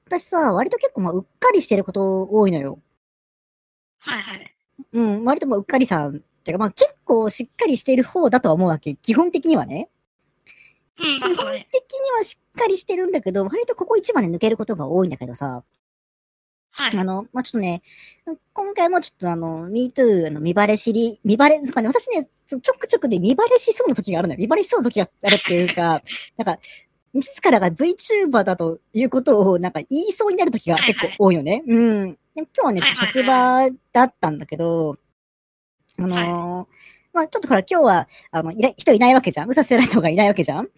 私さ、割と結構うっかりしてること多いのよ。 はいはい。 割とうっかりさんってか、結構しっかりしている方だとは思うわけ。基本的にはね。 うん、まあ基本そうだね。 的にはしっかりしてるんだけど、割とここ一番で抜けることが多いんだけどさ、 はい。 ちょっとね、今回もちょっとMeToo、見バレ見バレ、そうかね、私ね、ちょくちょくで見バレしそうな時があるのよ。見バレしそうな時があるっていうか、なんか、自らが VTuber だということを言いそうになる時が結構はいはい。 多いよね。で今日はね、 はいはい職はいはい。 場だったんだけど、 はい。 ちょっとほら、今日は、人いないわけじゃん。うさせられた方がいないわけじゃん。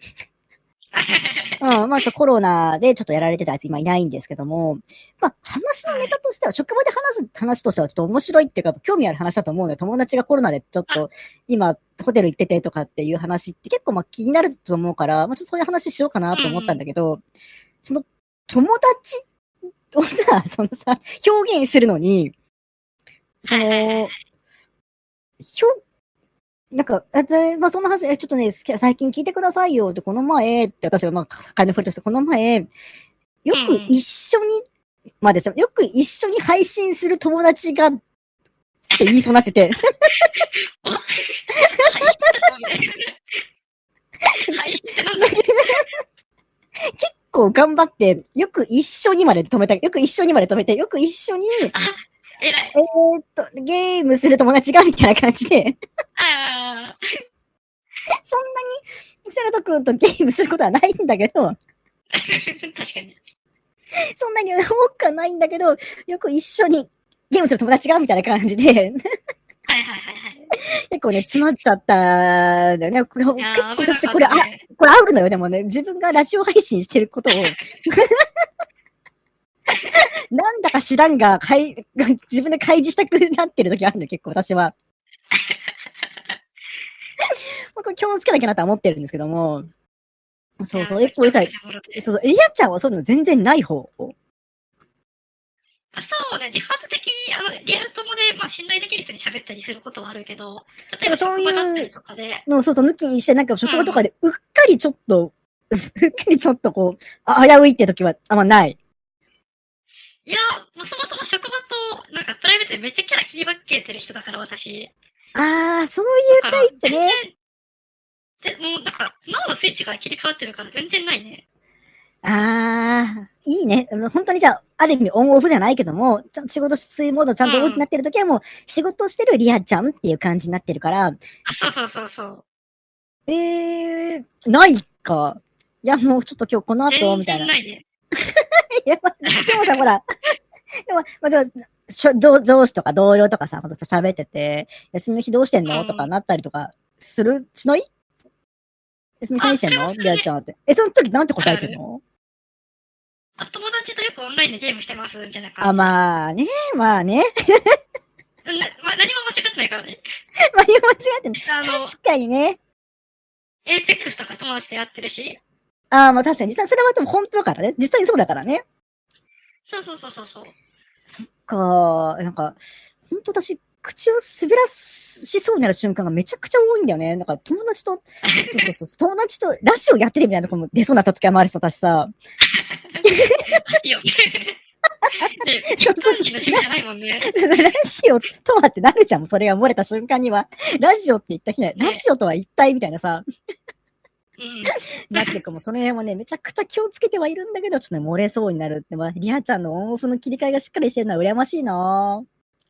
ちょっとコロナでちょっとやられてたやつ今いないんですけども、話のネタはい。 としては、職場で話す話としてはちょっと面白いっていうか、興味ある話だと思うのよ。友達がコロナでちょっあ、 と、今、ホテル行っててとかっていう話って結構気になると思うから、ちょっとそういう話しようかなと思ったんだうんうん。 けど、その、友達をさ、表現するのに、そはいはいはいはい。 の、表そんな話、ちょっとね、最近聞いてくださいよって、この前、って私は境の振りとして、この前、ようんうん。 く一緒に、よく一緒に配信する友達が、って言いそうになってて、 お配信だとみたいな。配信ってなんだみたい結構頑張って、よく一緒にまで止めた、よく一緒にまで止めて、よく一緒に、 な。あ、偉い。 ゲームする友達が、みたいな感じで、 ああ。 そんなに、セラト君とゲームすることはないんだけど、 確かに。 そんなに多くはないんだけど、よく一緒にゲームする友達が、みたいな感じで、 はいはいはいはい。 結構ね、詰まっちゃったんだよね。結いやー、 構危なか私これ、 ったね。 これあるのよ。でもね、自分がラジオ配信してることを、なんだか知らんが、自分で開示したくなってる時あるのよ、結構私は。これ気をつけなきゃなとは思ってるんですけども。そうそう。 いやー、そう気をつこれさ、 けてもらって。 そうそう、リアちゃんはそういうの全然ない方。 あ、そうね、自発的に、リアル友で、信頼できる人に喋ったりすることはあるけど、例えばそう職場だったりいうとかで、 のをそうそう抜きにして、職場とかうん。 でうっかりちょっと、うっかりちょっと危ういって時はあんまない。 いや、もうそもそも職場と、なんかプライベートでめっちゃキャラ切り分けてる人だから、私。 あー、そういうタだから、 イプね。 もうなんか、脳のスイッチが切り替わってるから全然ないね。 いいね。本当にじゃあ、ある意味オンオフじゃないけども、ちゃんと仕事するモードちゃんとオンになうん。 ってる時はもう、仕事してるリアちゃんっていう感じになってるから、 あ、そうそうそうそう。 ないか。いや、もうちょっと今日この後、 全みたいな。 然ないね。 いや、でもさ、ほら、でも、上司とか同僚とかさ、ほんと喋ってて、休みの日どうしてんうん。 のとかなったりとか、しない休みの日あ、そ何してんのれはそれで、 リアちゃんって。その時なんて答あるある。 えてんの？ あ、友達とよくオンラインでゲームしてます、みたいな感じ。 まあね、まあね。 何も間違ってないからね。 間違ってんの。 下確かにね。 エーペックスとか友達とやってるし。 確かに、実際それはでも本当だからね。実際にそうだからね。 そうそうそうそうそう。 そっか、本当私、口を滑らしそうになる瞬間がめちゃくちゃ多いんだよね。友達と、友達とラジオやってるみたいなとこも出そうになった時はあるし、私さ。 いいよ。で、一そうそう般人の趣味じゃないもんね。 ラジオとはってなるじゃん。それが漏れた瞬間には。ラジオって言った日には、ラね。 ジオとは一体みたいなさ、 うん。 なってかも、その辺はね、めちゃくちゃ気をつけてはいるんだけど、ちょっとね、漏れそうになるって、リアちゃんのオンオフの切り替えがしっかりしてるのは羨ましいな。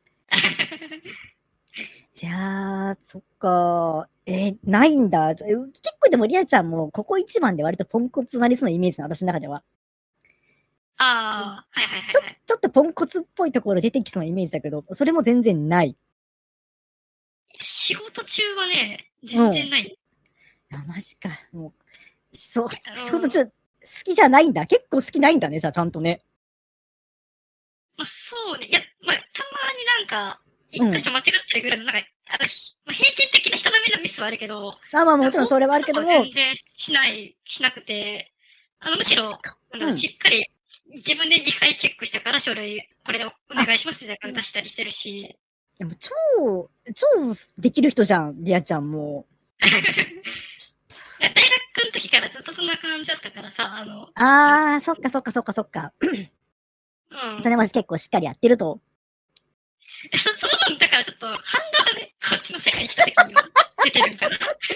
じゃあ、そっか。ないんだ。結構でもリアちゃんも、ここ一番で割とポンコツなりそうなイメージな、私の中では。 ああ、はいはいはいはい。 ちょっとポンコツっぽいところ出てきそうなイメージだけど、それも全然ない。 仕事中はね、 うん。 全然ない。 マジか。もう、そう、 あの、 仕事中、好きじゃないんだ。結構好きないんだね、じゃあちゃんとね。 そうね。いや、たまになんか、 うん。 一箇所間違ってるぐらいの、なんか、平均的な人並みのミスはあるけど、 もちろんそれはあるけども、 とか全然しなくて、むしろ、 確か。うん。 しっかり自分で2回チェックしてから書類、これでおあ、 願いしますみたいなから出したりしてるし。 でも超できる人じゃん、リアちゃんも。 大学の時からずっとそんな感じだったからさ、あれ、 そっかそっかそっかそっか。 うん。 それも結構しっかりやってると。 その分、だからちょっと反動がね、こっちの世界に来た時には出てるんかな。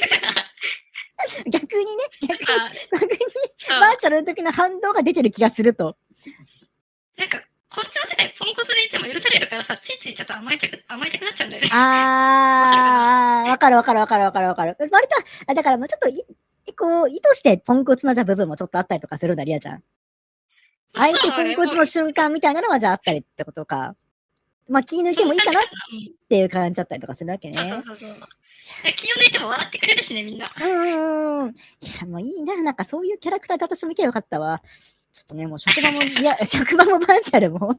逆にね、逆にそうバーチャルの時の反動が出てる気がすると。 なんか、こっちの世界ポンコツでいても許されるからさ、ついついちょっと甘えたくなっちゃうんだよね。 わかる。割と、だからもうちょっとこう、意図してポンコツなじゃあ部分もちょっとあったりとかするんだ、リアちゃん。あえてポンコツの瞬間みたいなのはじゃああったりってことか。まあ気抜いてもいいかなっていう感じだったりとかするわけね。 そう。気を抜いても笑ってくれるしね、みんな。 いや、もういいな。なんかそういうキャラクターで私もいけばよかったわ。ちょっとね、もう職場もバーチャルも。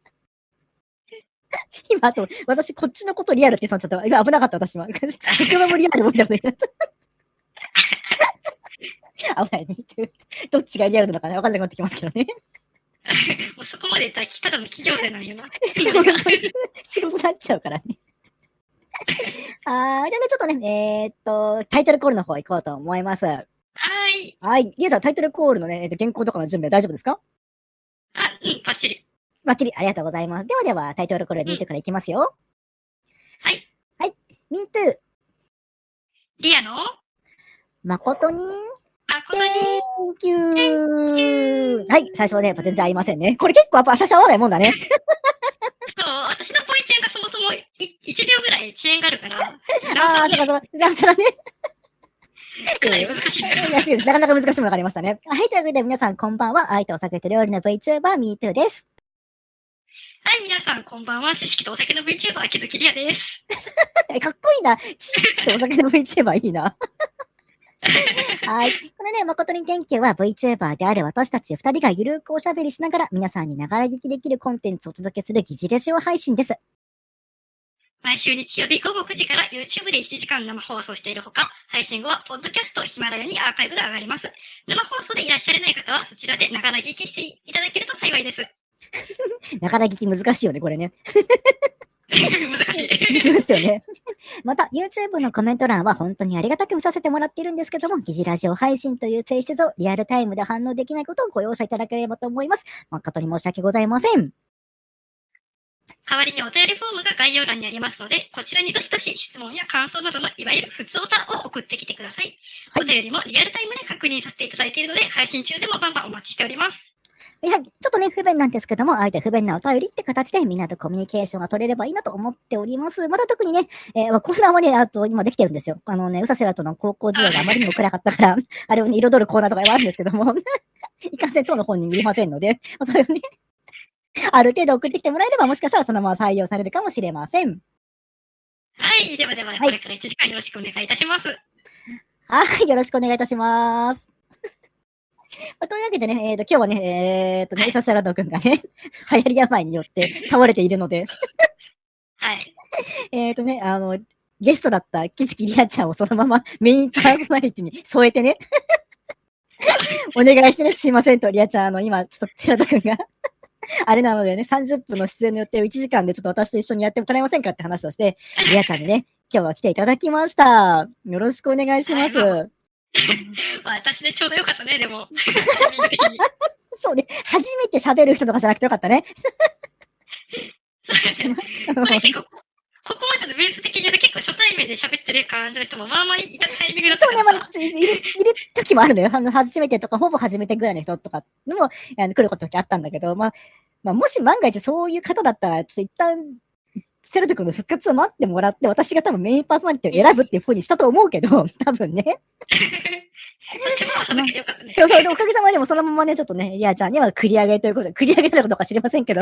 今、あと、私、こっちのことリアルって言っちゃった。今危なかった、私は。職場もリアルもんだよね。危ないね。どっちがリアルなのかね、わかんなくなってきますけどね。 もうそこまで言ったら、ただの企業生なんよな。 仕事になっちゃうからね。じゃあね、ちょっとね、タイトルコールの方行こうと思います。はい。じゃあタイトルコールのね、原稿とかの準備は大丈夫ですか？ バッチリ。 バッチリ、ありがとうございます。では、タイトルコール MeToo からいきますよ。 はい。 MeToo。 リアの誠に、 Thank you! はい、最初はね、やっぱ全然合いませんね。これ結構やっぱ最初合わないもんだね。 そう、私のポイチェンがそもそも1秒ぐらい遅延があるから。 そらね。 かなり難しいね。 なかなか難しいものがありましたね。はい、というわけで皆さんこんばんは。愛とお酒と料理の VTuber MeToo です。 はい、皆さんこんばんは。知識とお酒の VTuber 木月りあです。 かっこいいな。知識とお酒の VTuber いいな。はい。このね、誠にThank youは VTuber である私たち2人がゆるくおしゃべりしながら皆さんにながら聞きできるコンテンツをお届けする疑似レジオ配信です。 毎週日曜日午後9時から YouTube で1時間生放送しているほか、配信後はポッドキャスト、ヒマラヤにアーカイブが上がります。生放送でいらっしゃれない方はそちらでながら聞きしていただけると幸いです。 ながら聞き難しいよね、これね。 難しい。 そうですよね。また、YouTube のコメント欄は本当にありがたく見させてもらっているんですけども、疑似ラジオ配信という性質をリアルタイムで反応できないことをご容赦いただければと思います。誠に申し訳ございません。 代わりにお便りフォームが概要欄にありますので、こちらにどしどし質問や感想などのいわゆる普通オタを送ってきてください。お便りもリアルタイムで確認させていただいているので、配信中でもバンバンお待ちしております。 はい、ちょっとね、不便なんですけども、あえて不便なお便りって形でみんなとコミュニケーションが取れればいいなと思っております。まだ特にね、コーナーもね、今できてるんですよ。うさせらとの高校時代があまりにも暗かったから、あれをね、彩るコーナーとかはあるんですけども、いかんせん当の本人見れませんので、それをね、ある程度送ってきてもらえれば、もしかしたらそのまま採用されるかもしれません。 はい。では、これから1時間よろしくお願いいたします。 はい、よろしくお願いいたします。というわけでね、今日はね、うさせらとくんがね、流行り病によって倒れているので、 はい。 ゲストだった木月りあちゃんをそのままメインパーソナリティに添えてね、お願いしてね、すいませんと、りあちゃん、今、ちょっとセラトくんが、あれなのでね、30分の出演の予定を1時間でちょっと私と一緒にやってもらえませんかって話をして、りあちゃんにね、今日は来ていただきました。よろしくお願いします。 私でちょうどよかったね、でも。 そうね、初めて喋る人とかじゃなくてよかったね。 これ結構、ここまでのメンツ的には結構初対面で喋ってる感じの人もまあまあいたタイミングだったからさ。 そうね、いる時もあるのよ。初めてとか、ほぼ初めてぐらいの人とかのも、来ることあったんだけど、もし万が一そういう方だったら、ちょっと一旦、セラト君の復活を待ってもらって、私が多分メインパーソナリティを選ぶっていう風にしたと思うけど、多分ね。そう、おかげさまでもそのままね、ちょっとね、りあちゃんには繰り上げということで、繰り上げたのかどうか知りませんけども、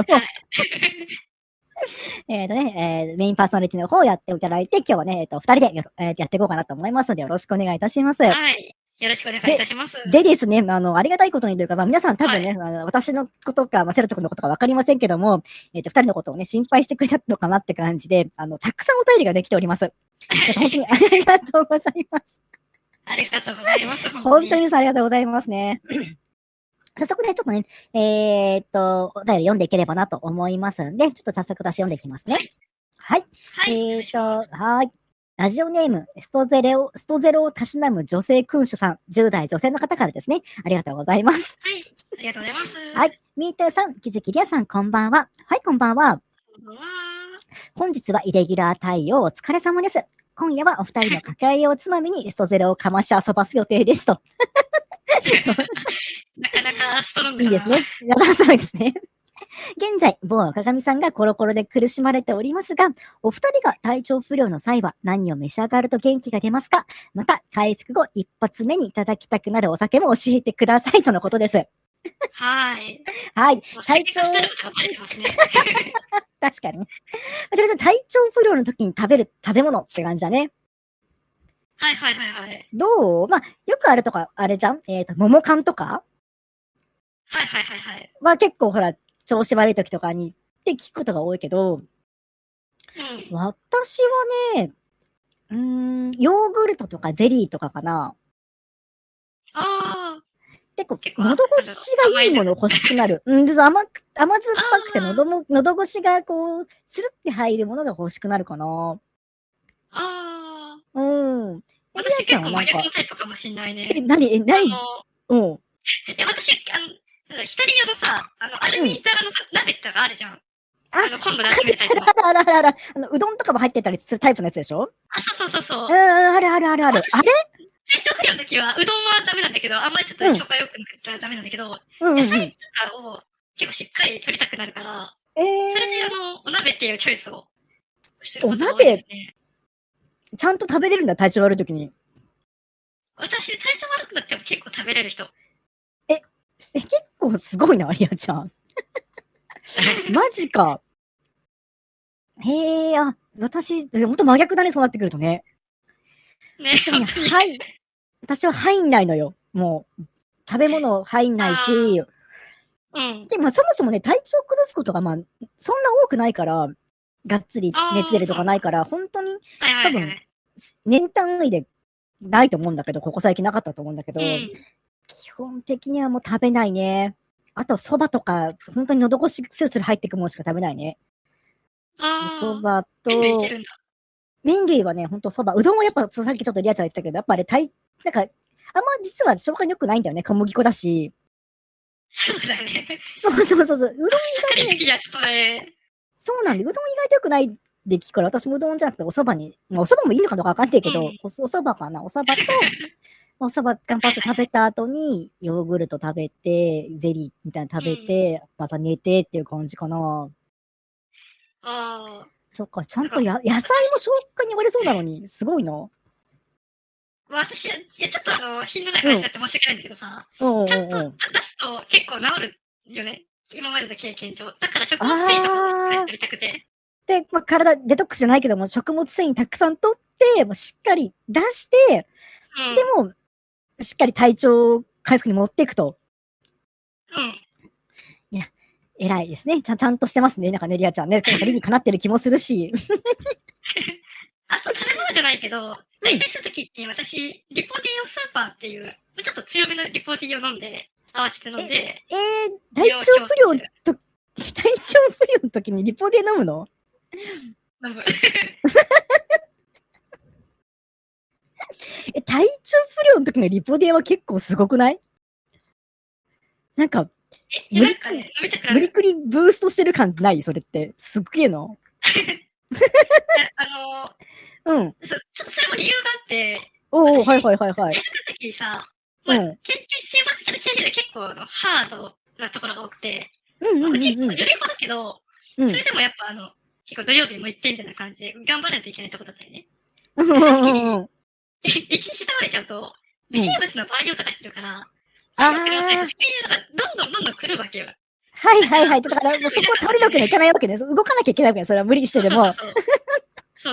メインパーソナリティの方をやっていただいて、今日はね、二人でやっていこうかなと思いますので、よろしくお願いいたします。 はい。よろしくお願いいたします。 でですね、ありがたいことにというか、皆さん多分ね、私のことか、セラト君のことかわかりませんけども、二人のことをね、心配してくれたのかなって感じで、たくさんお便りができております。本当にありがとうございます。 ありがとうございます。 本当にありがとうございますね。早速ね、ちょっとね、お便り読んでいければなと思いますんで、ちょっと早速私読んでいきますね。はい。はい。 ラジオネーム、ストゼロをたしなむ女性君主さん、10代女性の方からですね。ありがとうございます。 はい。ありがとうございます。 はい。ミートゥーさん、木月りあさん、こんばんは。はい、こんばんは。 こんばんは。 本日はイレギュラー対応お疲れ様です。今夜はお二人の抱えをつまみにストゼロをかまし遊ばす予定ですと。 なかなかストロングだな。 いいですね。なかなかそうですね。現在、某赤髪さんがコロコロで苦しまれておりますが、お二人が体調不良の際は何を召し上がると元気が出ますか？また、回復後一発目にいただきたくなるお酒も教えてくださいとのことです。 はい。 はい。 体調不良がバレてますね。 確かに。体調不良の時に食べる食べ物って感じだね。 はいはいはいはい。 どう？まあ、よくあるとか、あれじゃん？桃缶とかはいはいはいはい。 まあ結構ほら、調子悪い時とかにって聞くことが多いけど、私はね、ヨーグルトとかゼリーとかかな。 ああ。 結構、喉越しがいいもの欲しくなる。甘酸っぱくて喉越しがこう、スルって入るものが欲しくなるかな。 ああ。うん。 私結構真逆のタイプかもしんないね。 何うん。 私、一人用のさ、アルミ皿の鍋とかあるじゃん。昆布出してみるタイプの。 ある。うどんとかも入ってたりするタイプのやつでしょ？ そう。 ある。あれ体調不良の時は、うどんはダメなんだけど、あんまりちょっと消化良くなかったらダメなんだけど、野菜とかを結構しっかり取りたくなるから、それでお鍋っていうチョイスをしてることが多いですね。 ちゃんと食べれるんだ、体調悪い時に。 私、体調悪くなっても結構食べれる人。 結構すごいな、リアちゃん。マジか。へえ、私、ほんと真逆だね、そうなってくるとね。 ね、 はい。私は入んないのよ。もう、食べ物入んないし、でもそもそもね、体調崩すことがそんな多くないから、がっつり熱出るとかないから、本当に、多分、年単位でないと思うんだけど、ここ最近なかったと思うんだけど、基本的にはもう食べないね。あと、蕎麦とか、本当に喉越しスルスル入ってくものしか食べないね。蕎麦と、麺類はね、ほんと蕎麦。うどんはやっぱ、さっきちょっとリアちゃん言ったけど、やっぱあれ、なんか、あんま実は消化に良くないんだよね。小麦粉だし。 そうだね。 そう。うどん意外とそうなんで、うどん意外と良くないって聞くから、私もうどんじゃなくてお蕎麦に、お蕎麦もいいのかどうかわかんないけど、お蕎麦かな。お蕎麦と、お蕎麦頑張って食べた後に、ヨーグルト食べて、ゼリーみたいなの食べて、また寝てっていう感じかな。そっか、ちゃんと野菜も消化に終われそうなのに、すごいな。 私、ちょっと品のない話だって申し訳ないんだけどさ、ちゃんと出すと結構治るよね。今までの経験上。だから食物繊維とかを取りたくて。 で、体、デトックスじゃないけども、食物繊維たくさん取って、もうしっかり出して、でも、しっかり体調回復に持っていくと。いや、偉いですね。ちゃんとしてますね。なんかね、リアちゃんね。理にかなってる気もするし。 あと、食べ物じゃないけど、大体するときって私、リポディをスーパーっていう、ちょっと強めのリポディを飲んで、合わせて飲んで。 体調不良の時にリポディ飲むの？ 飲む。 体調不良の時のリポディは結構すごくない？なんか、無理くりブーストしてる感ない？それって。すっげえの。 ちょっとそれも理由があって。 はい。 大学の時にさ、選抜系の研究で結構ハードなところが多くて、うち、予備校だけど、それでもやっぱ結構土曜日も行ってみたいな感じで頑張らないといけないとこだったよね。その時に、一日倒れちゃうと、微生物の培養とかしてるから、そういうのがどんどん来るわけよ。 はい。だから、もうそこは倒れるわけにはいかないわけね。動かなきゃいけないわけね。それは無理してでも。 そう。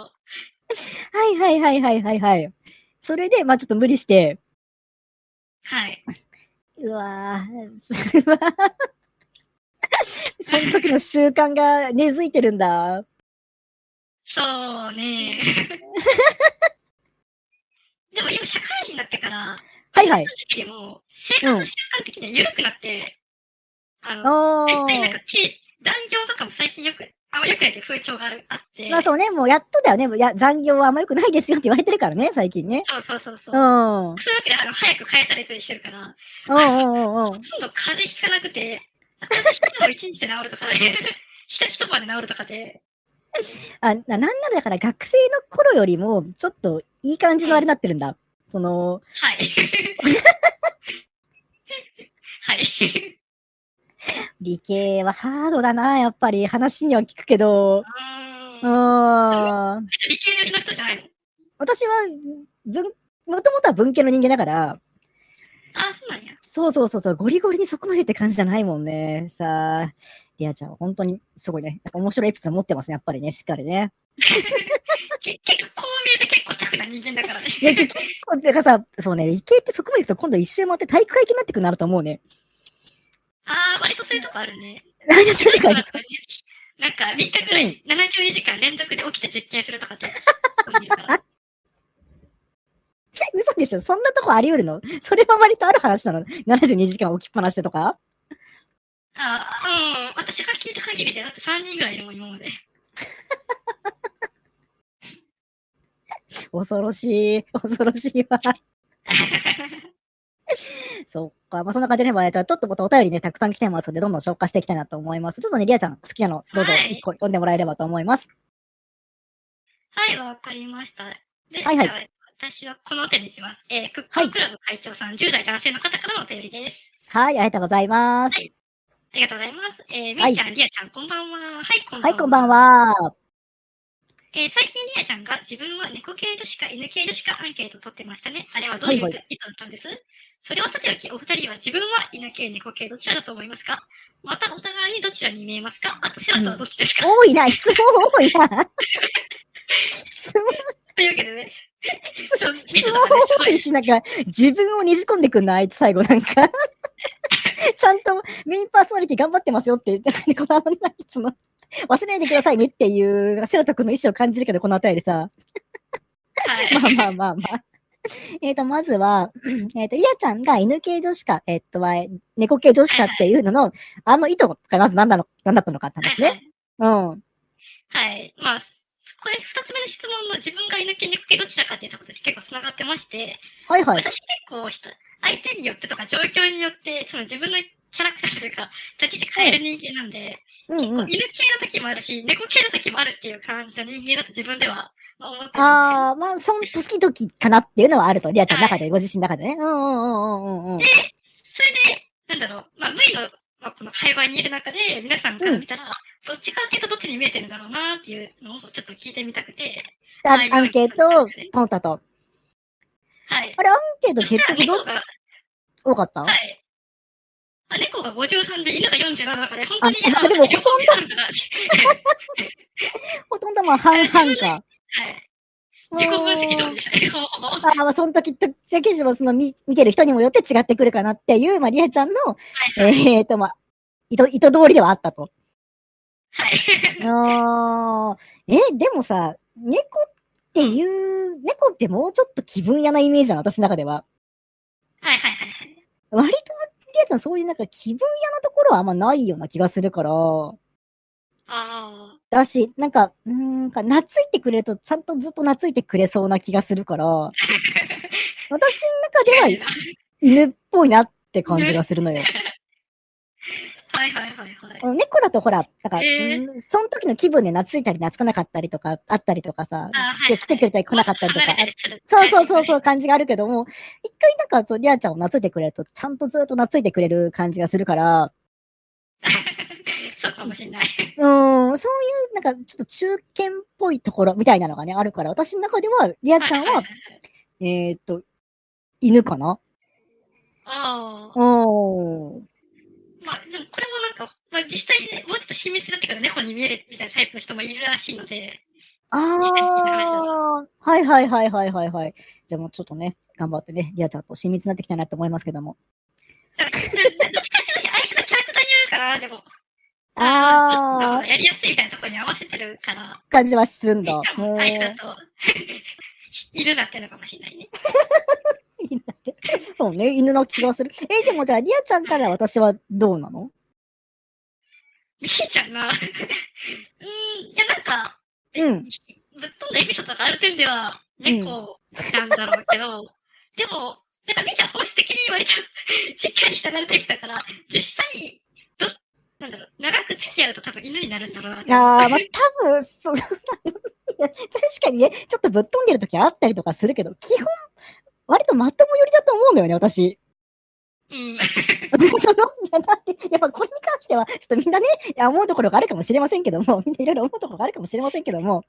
はい。それで、ちょっと無理して。 はい。 うわぁ。その時の習慣が根付いてるんだ。 そうね。でも今社会人になってから、 はい。 でも生活習慣的には緩くなって、大体残業とかも最近よくあんま良くないって風潮があって。 まあそうね、もうやっとだよね。残業はあんま良くないですよって言われてるからね、最近ね。 そうそうそうそう。 うん。 そういうわけで、早く返されたりしてるから、 うんうんうんうん。 ほとんど風邪ひかなくて、風邪ひくのも一日で治るとかで、一晩で治るとかで。 なんならだから学生の頃よりも、ちょっといい感じのあれになってるんだ。 はい。はい。 理系はハードだな、やっぱり話には聞くけど。 理系寄りの人じゃないの？ 私は、もともとは文系の人間だから。 そうなんや。 そう、ゴリゴリにそこまでって感じじゃないもんね。さあ、リアちゃん、本当にすごいね。面白いエピソード持ってますね、やっぱりね、しっかりね。 結構、こう見えて結構タフな人間だからね。 いや、結構、だからさ、そうね、理系ってそこまで行くと今度一周回って体育会系になってくるなると思うね。 割とそういうとこあるね。 何がそういうとこですか？ なんか3日くらい72時間連続で起きて実験するとかって嘘でしょ？そんなとこあり得るの？それは割とある話なの？ 72 時間起きっぱなしでとか？ 私が聞いた限りで、だって3人ぐらいいるもん、今まで。 恐ろしいわ。そっか。まあ、そんな感じでね、じゃあちょっとまたお便りね、たくさん来てますので、どんどん消化していきたいなと思います。ちょっとね、リアちゃん好きなの、どうぞ一個読んでもらえればと思います。 はい、わかりました。で、 はいはい。 私はこのお手にします。クッククラブ会長さん、10代男性の方からのお便りです。 はい、ありがとうございます。 はい。ありがとうございます。みーちゃん、リアちゃん、こんばんは。はい、こんばんは。 はい、こんばんは。 最近リアちゃんが自分は猫系女子か犬系女子かアンケートを取ってましたね。あれはどういう意図だったんです？それをさておき、お二人は自分は犬系、猫系どちらだと思いますか？またお互いにどちらに見えますか？あとセラとはどっちですか？ 多いな、質問多いな。質問というわけでね。 質問多いし、なんか、自分をねじ込んでくんな、あいつ最後なんか。ちゃんとメインパーソナリティ頑張ってますよって、この忘れないでくださいねっていう、セラト君の意思を感じるけど、このあたりさ。 はい。 まあ。まずは、リアちゃんが犬系女子か、猫系女子かっていうのの、意図がまず何だったのかって話ね。うん。 はい。まあ、これ二つ目の質問の自分が犬系、猫系どちらかっていうところで結構繋がってまして、 はいはい。 私結構相手によってとか状況によって、その自分のキャラクターというか、立ち位置変える人間なんで、結構犬系の時もあるし、猫系の時もあるっていう感じの人間だと自分では思ってるんですよ。 まあ、その時々かなっていうのはあると、リアちゃんの中で、ご自身の中でね。 で、それで、なんだろう、まあ、無理の、この会話にいる中で、皆さんから見たら、どっちかっていうとどっちに見えてるんだろうなっていうのをちょっと聞いてみたくて。 アンケートを取ったと。 はい。 あれ、アンケート結局多かった？ はい。猫が53で犬が47だから、本当に、 でもほとんども半々か。 はい。自己分析通りでしたね。 その時だけでも、見てる人にもよって違ってくるかなっていう、リアちゃんの、意図通りではあったと。 はい。 でもさ、猫ってもうちょっと気分屋なイメージなの、私の中では。 はい。 割と、リアちゃんそういうなんか気分屋なところはあんまないような気がするから。だし、なんか懐いてくれると、ちゃんとずっと懐いてくれそうな気がするから、私の中では犬っぽいなって感じがするのよ。 はい。 猫だとほら、なんか、その時の気分で懐いたり懐かなかったりとか、あったりとかさ、来てくれたり来なかったりとか、そう、感じがあるけども、一回なんかリアちゃんを懐いてくれると、ちゃんとずっと懐いてくれる感じがするから、 そうかもしれない。 そういうなんかちょっと中堅っぽいところみたいなのがね、あるから、私の中では、リアちゃんは、犬かな？ まあ、でもこれもなんか、実際ね、もうちょっと親密になってから猫に見えるみたいなタイプの人もいるらしいので。 はい。じゃあもうちょっとね、頑張ってね、リアちゃんと親密になってきたいなと思いますけども。 どっちかっていうと、相手のキャラクターによるかな、でも。やりやすいみたいなところに合わせてるから。 感じはするんだ。 しかも、相手だと、犬だってのかもしれないね。 そうね、犬の気がする。でもじゃあ、リアちゃんから私はどうなの？ みーちゃんな。いやなんか、 うん。 ぶっ飛んだエピソードがある点では、猫なんだろうけど、でも、なんかみーちゃん本質的に割としっかり従うタイプだから、実際、なんだろう、長く付き合うと多分犬になるんだろうなって思う。 ああ、まあ、多分、そう、確かにね、ちょっとぶっ飛んでる時あったりとかするけど、基本、割とまとも寄りだと思うんだよね、私。 うん。 だって、やっぱこれに関しては、ちょっとみんなね、思うところがあるかもしれませんけども、みんないろいろ思うところがあるかもしれませんけども、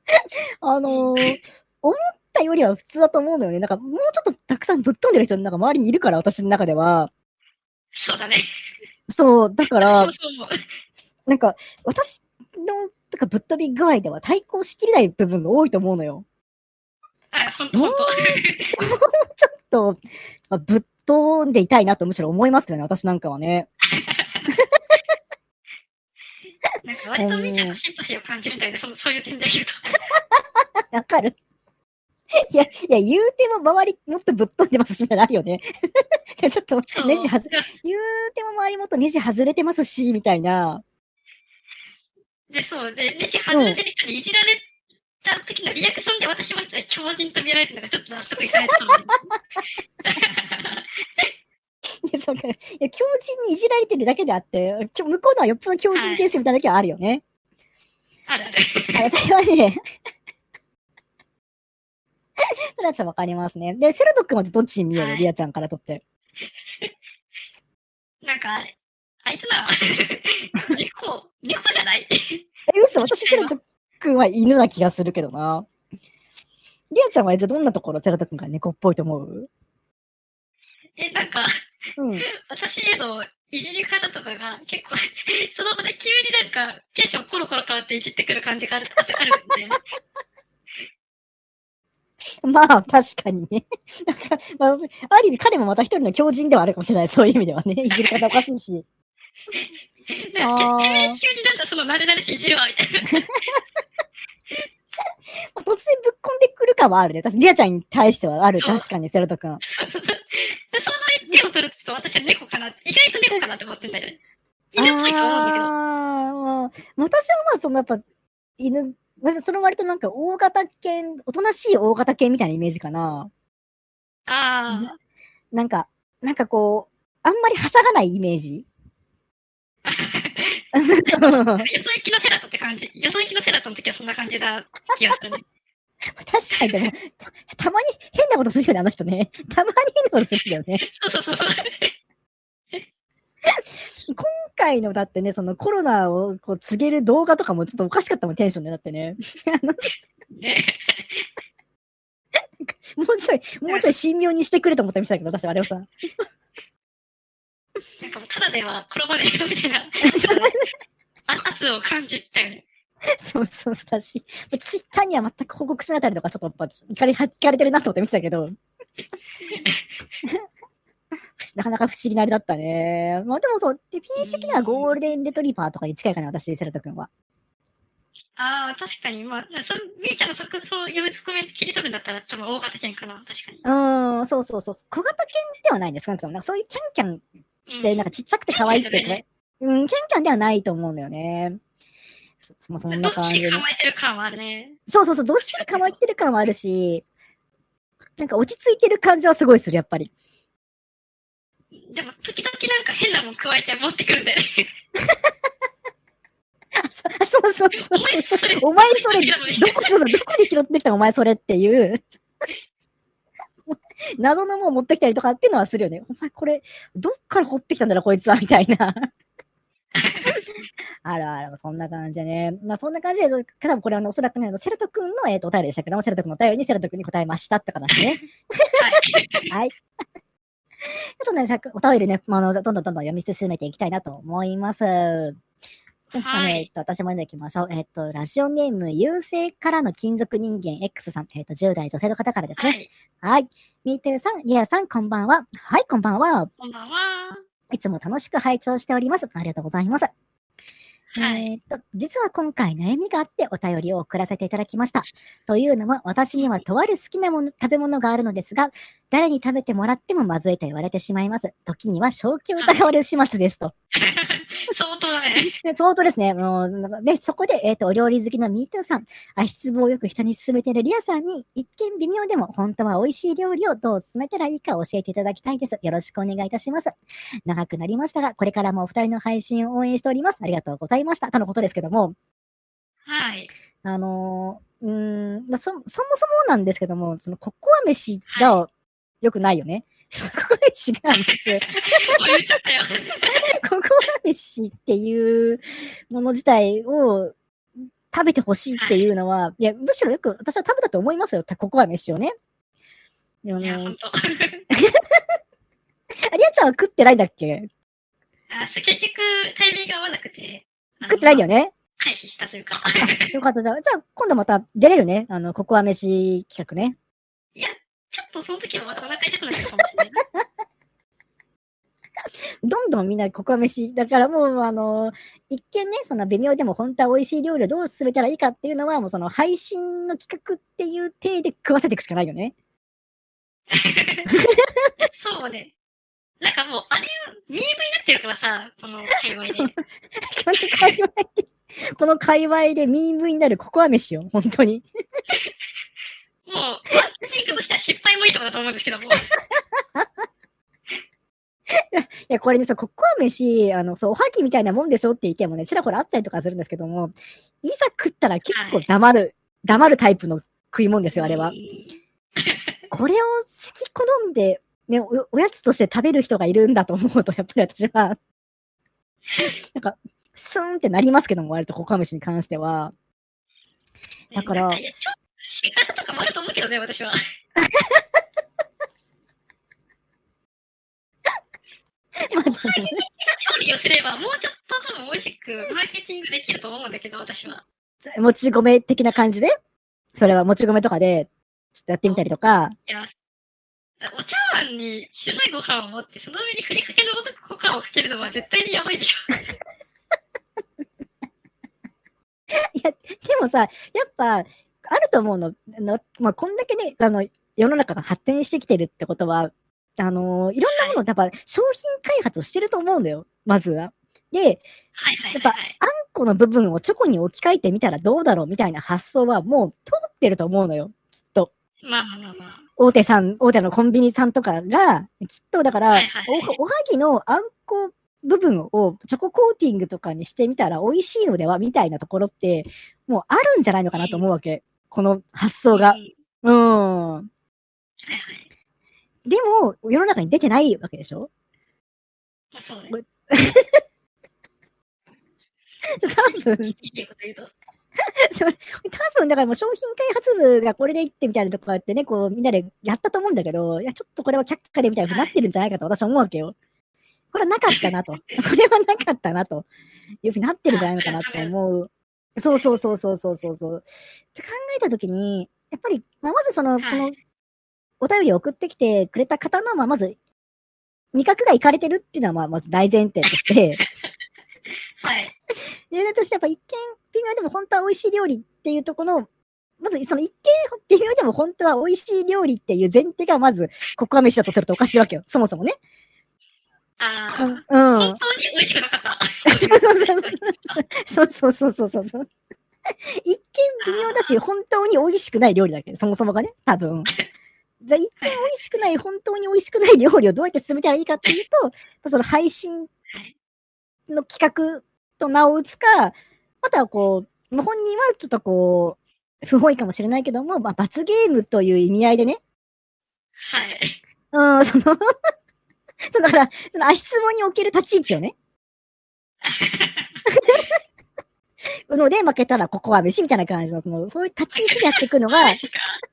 思ったよりは普通だと思うのよね。なんか、もうちょっとたくさんぶっ飛んでる人なんか周りにいるから、私の中では。 そうだね。 そう、だかそらう、そう。 なんか、私の、ぶっ飛び具合では対抗しきれない部分が多いと思うのよ。 ほんと。 ちょっと、ぶっ飛んでいたいなとむしろ思いますけどね、私なんかはね。 なんか割とみーちゃんとシンパシーを感じるんだよね、そういう点で言うと。 わかる。いや、言うても周りもっとぶっ飛んでますし、みたいなのあるよね。ちょっと、言うても周りもっとネジ外れてますし、みたいな。 そうで、ネジ外れてる人にいじられた時のリアクションで私は強靭と見られてるのがちょっと納得いかないところ。 そうか。いや、強靭にいじられてるだけであって、向こうのはよっぽど強靭ですみたいな時はあるよね。 あるある。 それはね、それはちょっとわかりますね。で、セルト君はどっちに見える、リアちゃんからとって。 なんかあいつな、猫じゃない嘘、私セルト君は犬な気がするけどな。リアちゃんはじゃあどんなところセルト君が猫っぽいと思う？ なんか、私へのいじり方とかが結構、その場で急になんかテンションコロコロ変わっていじってくる感じがあるんで。 まあ、確かにね。なんか、まあ、ある意味彼もまた一人の強人ではあるかもしれない。そういう意味ではね。いじり方おかしいし。 てめえ急になんかその慣れ慣れしいじるわ、みたいな。 突然ぶっ込んでくる感はあるね。確かにリアちゃんに対してはある。確かに、セルト君。 その一点を取るとちょっと私は猫かな、意外と猫かなって思ってんだよね。犬っぽいと思うんだけど。 私はまあ、そのやっぱ、犬、その割となんか大型犬、おとなしい大型犬みたいなイメージかな。なんかこう、あんまりはしゃがないイメージ。 よそ行きのセラトって感じ。よそ行きのセラトの時はそんな感じだ気がするね。 確かにでも、たまに変なことするよね、あの人ね。たまに変なことするんだよね。 そう。 今回のだってね、そのコロナをこう告げる動画とかもちょっとおかしかったもん、テンションでだってね。もうちょい神妙にしてくれと思ってましたけど、私あれをさ。 なんかもうただでは転ばれそうみたいな圧を感じたよね。 そうだし、ツイッターには全く報告しないあたりとかちょっとやっぱいかれてるなと思って見てたけど。なかなか不思議なあれだったね。まあでもそう、ピン式にはゴールデンレトリバーとかに近いかな、私、セルト君は。 確かに。まあ、みーちゃんがそういう側面切り取るんだったら多分大型犬かな、確かに。 そう。小型犬ではないんですか？なんかそういうキャンキャンして、なんかちっちゃくて可愛いっていうか、キャンキャンではないと思うんだよね。そんな感じで。 どっしり構えてる感はあるね。 そう、どっしり構えてる感はあるし、なんか落ち着いてる感じはすごいする、やっぱり。 でも、時々なんか変なもん加えて持ってくるんだよね。 そう。お前それ、どこで拾ってきたお前それっていう。謎のもん持ってきたりとかっていうのはするよね。お前これ、どっから掘ってきたんだろ、こいつは、みたいな。あら、そんな感じでね。まあ、そんな感じで、多分これはおそらくね、セルト君の、お便りでしたけども、セルト君のお便りにセルト君に答えましたって話ね。はい。ちょっとね、お便りね、どんどん読み進めていきたいなと思います。ちょっとね、私も読んでいきましょう。ラジオネーム、優勢からの金属人間 X さん、10代女性の方からですね。はい。ミートゥーさん、リアさん、こんばんは。はい、こんばんは。 こんばんは。 いつも楽しく拝聴しております。ありがとうございます。実は今回悩みがあってお便りを送らせていただきました。というのも、私にはとある好きな食べ物があるのですが、 誰に食べてもらってもまずいと言われてしまいます。時には正気を疑われる始末ですと。 相当だね。 相当ですね。で、そこで、お料理好きのミートゥーさん、足つぼをよく人に勧めているリアさんに、一見微妙でも本当は美味しい料理をどう進めたらいいか教えていただきたいです。よろしくお願いいたします。長くなりましたが、これからもお二人の配信を応援しております。ありがとうございました。とのことですけども。 はい。 そもそもなんですけども、そのココア飯が良くないよね。ココア飯がです。 言っちゃったよ。 ココア飯っていうもの自体を食べてほしいっていうのは、はい、いや、むしろよく私は食べたと思いますよ、ココア飯をね。 いや、ほんと。 リアちゃんは食ってないんだっけ？ 結局、タイミング合わなくて。 食ってないんだよね。 回避したというか。 よかった。じゃあ、今度また出れるね。ココア飯企画ね。 いや、ちょっとその時はまたお腹痛くなっちゃうかもしれない。 どんどんみんなココア飯。だからもう、一見ね、そんな微妙でも本当は美味しい料理をどう進めたらいいかっていうのは、もうその配信の企画っていう体で食わせていくしかないよね。 そうね。なんかもう、あれ、ミームになってるからさ、この界隈で。 この界隈でミームになるココア飯よ、本当に。 もう、マーケティングとしては失敗もいいとこだと思うんですけども。 いや、これね、ココア飯、おはぎみたいなもんでしょっていう意見もね、ちらほらあったりとかするんですけども、いざ食ったら結構黙るタイプの食い物ですよ、あれは。これを好き好んで、ね、おやつとして食べる人がいるんだと思うと、やっぱり私は、なんか、スーンってなりますけども、割とココア飯に関しては。だから。 いや、ちょっと仕方とかもあると思うけどね、私は。おはぎ的な調理をすれば、もうちょっと多分美味しくマーケティングできると思うんだけど、私は。 もち米的な感じでそれはもち米とかで、ちょっとやってみたりとか。 いや、お茶碗に白いご飯を持って、その上にふりかけのごとくご飯をかけるのは絶対にやばいでしょ。 いや、でもさ、やっぱ、あると思うの。まあ、こんだけね、世の中が発展してきてるってことは、いろんなものをやっぱ商品開発してると思うんだよ、まずは。で、やっぱ、あんこの部分をチョコに置き換えてみたらどうだろうみたいな発想はもう通ってると思うのよ、きっと。 まあまあまあまあ。 大手のコンビニさんとかが、きっとだから、おはぎのあんこ部分をチョココーティングとかにしてみたら美味しいのではみたいなところって、もうあるんじゃないのかなと思うわけ。この発想が。でも、世の中に出てないわけでしょ？ そうね。 多分、多分、だからもう商品開発部がこれでいってみたいなとこやってね、こうみんなでやったと思うんだけど、いや、ちょっとこれは却下でみたいになってるんじゃないかと私は思うわけよ。これはなかったなと。これはなかったなと。いうふうになってるんじゃないのかなと思う。そう。って考えたときに、やっぱり、まずこの、お便りを送ってきてくれた方の、まず、味覚がいかれてるっていうのは、まず大前提として、 はい。 で、としてやっぱ一見微妙でも本当は美味しい料理っていうところの、まずその一見微妙でも本当は美味しい料理っていう前提がまず、ココア飯だとするとおかしいわけよ。そもそもね。 本当に美味しくなかった。 そう。一見微妙だし、本当に美味しくない料理だけど、そもそもがね、多分。じゃあ一見美味しくない、本当に美味しくない料理をどうやって進めたらいいかっていうと、その配信の企画と名を打つか、またはこう、本人はちょっとこう、不本意かもしれないけども、罰ゲームという意味合いでね。 はい。 だから、その足つぼにおける立ち位置をね。ので負けたらココア飯みたいな感じの、そういう立ち位置でやっていくのが、でも、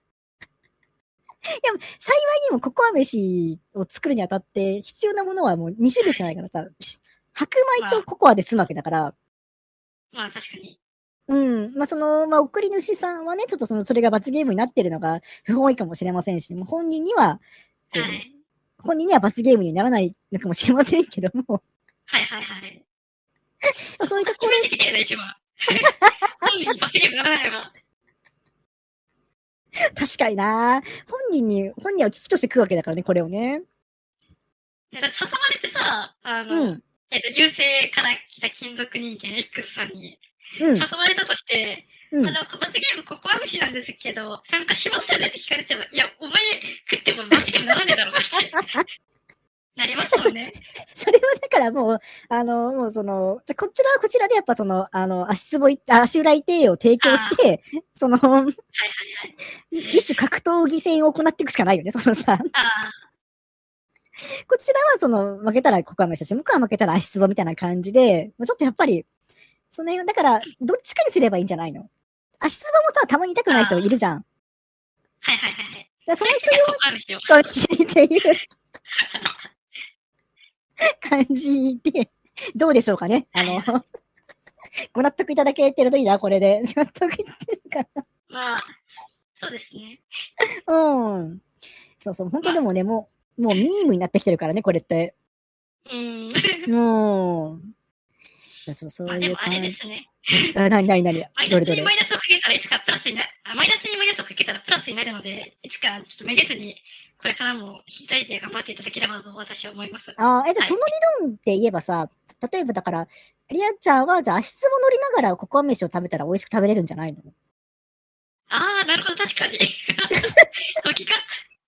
幸いにもココア飯を作るにあたって必要なものはもう2種類しかないからさ、白米とココアで済むわけだから。 まあ確かに。 送り主さんはね、ちょっとそれが罰ゲームになってるのが不本意かもしれませんし、本人には、本人には罰ゲームにならないのかもしれませんけども。 はい。 そういうところ。 一番。本人に罰ゲームならないのが。 確かにな。本人は危機として食うわけだからね、これをね。 だって挟まれてさ、優勢から来た金属人間 X さんに、誘われたとして、罰ゲームここは無視なんですけど、参加しますよねって聞かれても、いや、お前食っても罰ゲームならねえだろうってなりますもんね。 それはだからもう、もうこちらはこちらでやっぱ足裏一定を提供して、一種格闘技戦を行っていくしかないよね、こちらは負けたらここは飯だし、向こうは負けたら足つぼみたいな感じで、ちょっとやっぱり、だから、どっちかにすればいいんじゃないの？足つぼもたまに痛くない人いるじゃん。 はい。 その人用こっちっていう感じで、どうでしょうかね。ご納得いただけてるといいな、これで。納得いってるかな。 まあ、そうですね。 そう、本当でもね、もうミームになってきてるからね、これって。もう。ちょっとそういう感じ。でもあれですね。 何どれマイナスにマイナスをかけたらいつかプラスになる。マイナスにマイナスをかけたらプラスになるので、いつかちょっとめげずに、これからも引きたいで頑張っていただければと私は思います。 じゃあその理論で言えばさ、例えばだから、リアちゃんはじゃあ足つぼ乗りながらココア飯を食べたら美味しく食べれるんじゃないの？ なるほど、確かに。時か。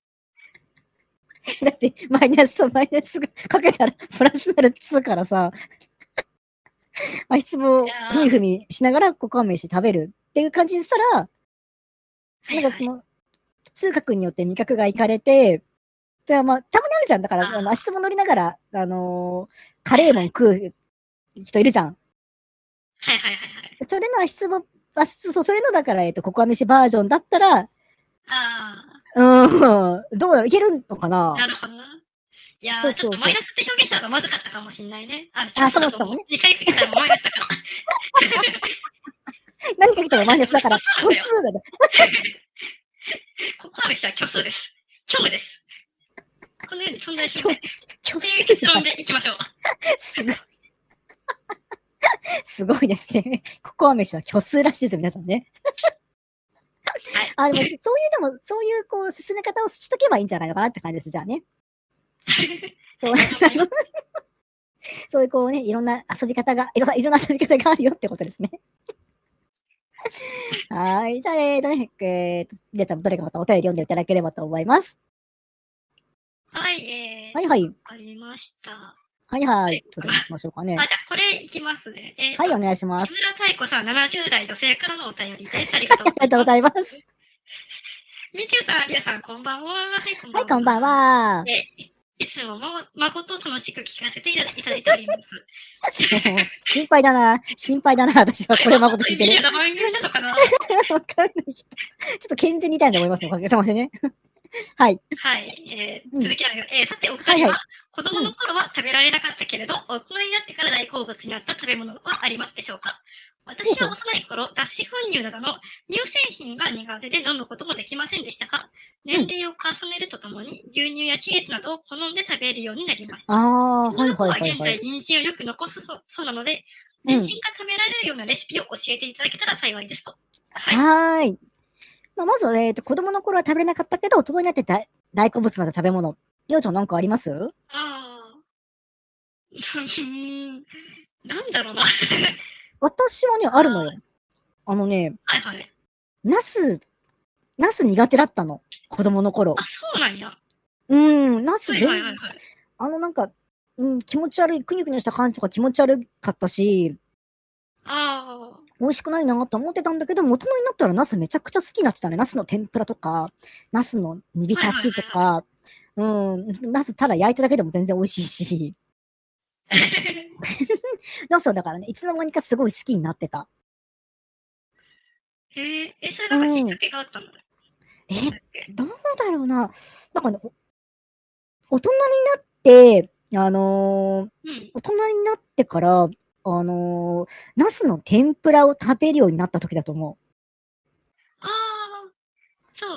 だって、マイナスがかけたらプラスになるっつうからさ、足つぼふみふみしながらココア飯食べるっていう感じにしたら、痛覚によって味覚がいかれて、たまにあるじゃん。だから、足つぼ乗りながら、カレーもん食う人いるじゃん。 はい。 それのそれのだから、ココア飯バージョンだったら、どういけるのかな？ なるほどな。いやー、ちょっとマイナスって表現したのがまずかったかもしれないね。 そうね。 2回かけたらマイナスだから。 何かけたらマイナスだから、虚数だね。 ココア飯は虚数です。虚無です。このように存在しません。 虚数。結論でいきましょう。 すごいですね。ココア飯は虚数らしいですよ、皆さんね。でも、そういう進め方をしとけばいいんじゃないのかなって感じです、じゃあね。そういういろんな遊び方が、いろんな遊び方があるよってことですね。はい。じゃあ、りあちゃんもどれかまたお便り読んでいただければと思います。 はい。 わかりました。 どれにしましょうかね。 じゃあこれいきますね。 はい、お願いします。 木村太子さん、70代女性からのお便りです。ありがとうございます。 みきゅうさん、りあさん、こんばんは。はい、 こんばんは。 いつも誠楽しく聞かせていただいております。 心配だな、私はこれ誠聞いてる。 番組なのかなわかんないけど。ちょっと健全にいたいと思いますの、おかげさまでね。はい。 続きさて、お二人は、子供の頃は食べられなかったけれど、大人になってから大好物になった食べ物はありますでしょうか？私は幼い頃、脱脂粉乳などの乳製品が苦手で飲むこともできませんでしたが、年齢を重ねるとともに牛乳やチーズなどを好んで食べるようになりました。その子は現在、人参をよく残すそうなので、人参が食べられるようなレシピを教えていただけたら幸いですと。 はい。まず、子供の頃は食べれなかったけど、大人になって大好物な食べ物。りょうちゃんなんかあります？ なんだろうな。 私はね、あるのよ。ナス苦手だったの。子供の頃。 そうなんや。 ナスなんか、気持ち悪い、くにゅくにゅした感じとか気持ち悪かったし、美味しくないなと思ってたんだけど、大人になったらナスめちゃくちゃ好きになってたね。ナスの天ぷらとか、ナスの煮浸しとか、ナスただ焼いただけでも全然美味しいし。ナスはだからね、いつの間にかすごい好きになってた。 それなんかきっかけがあったの？ どうだろうな。なんかね、大人になって、大人になってから、ナスの天ぷらを食べるようになった時だと思う。 そう。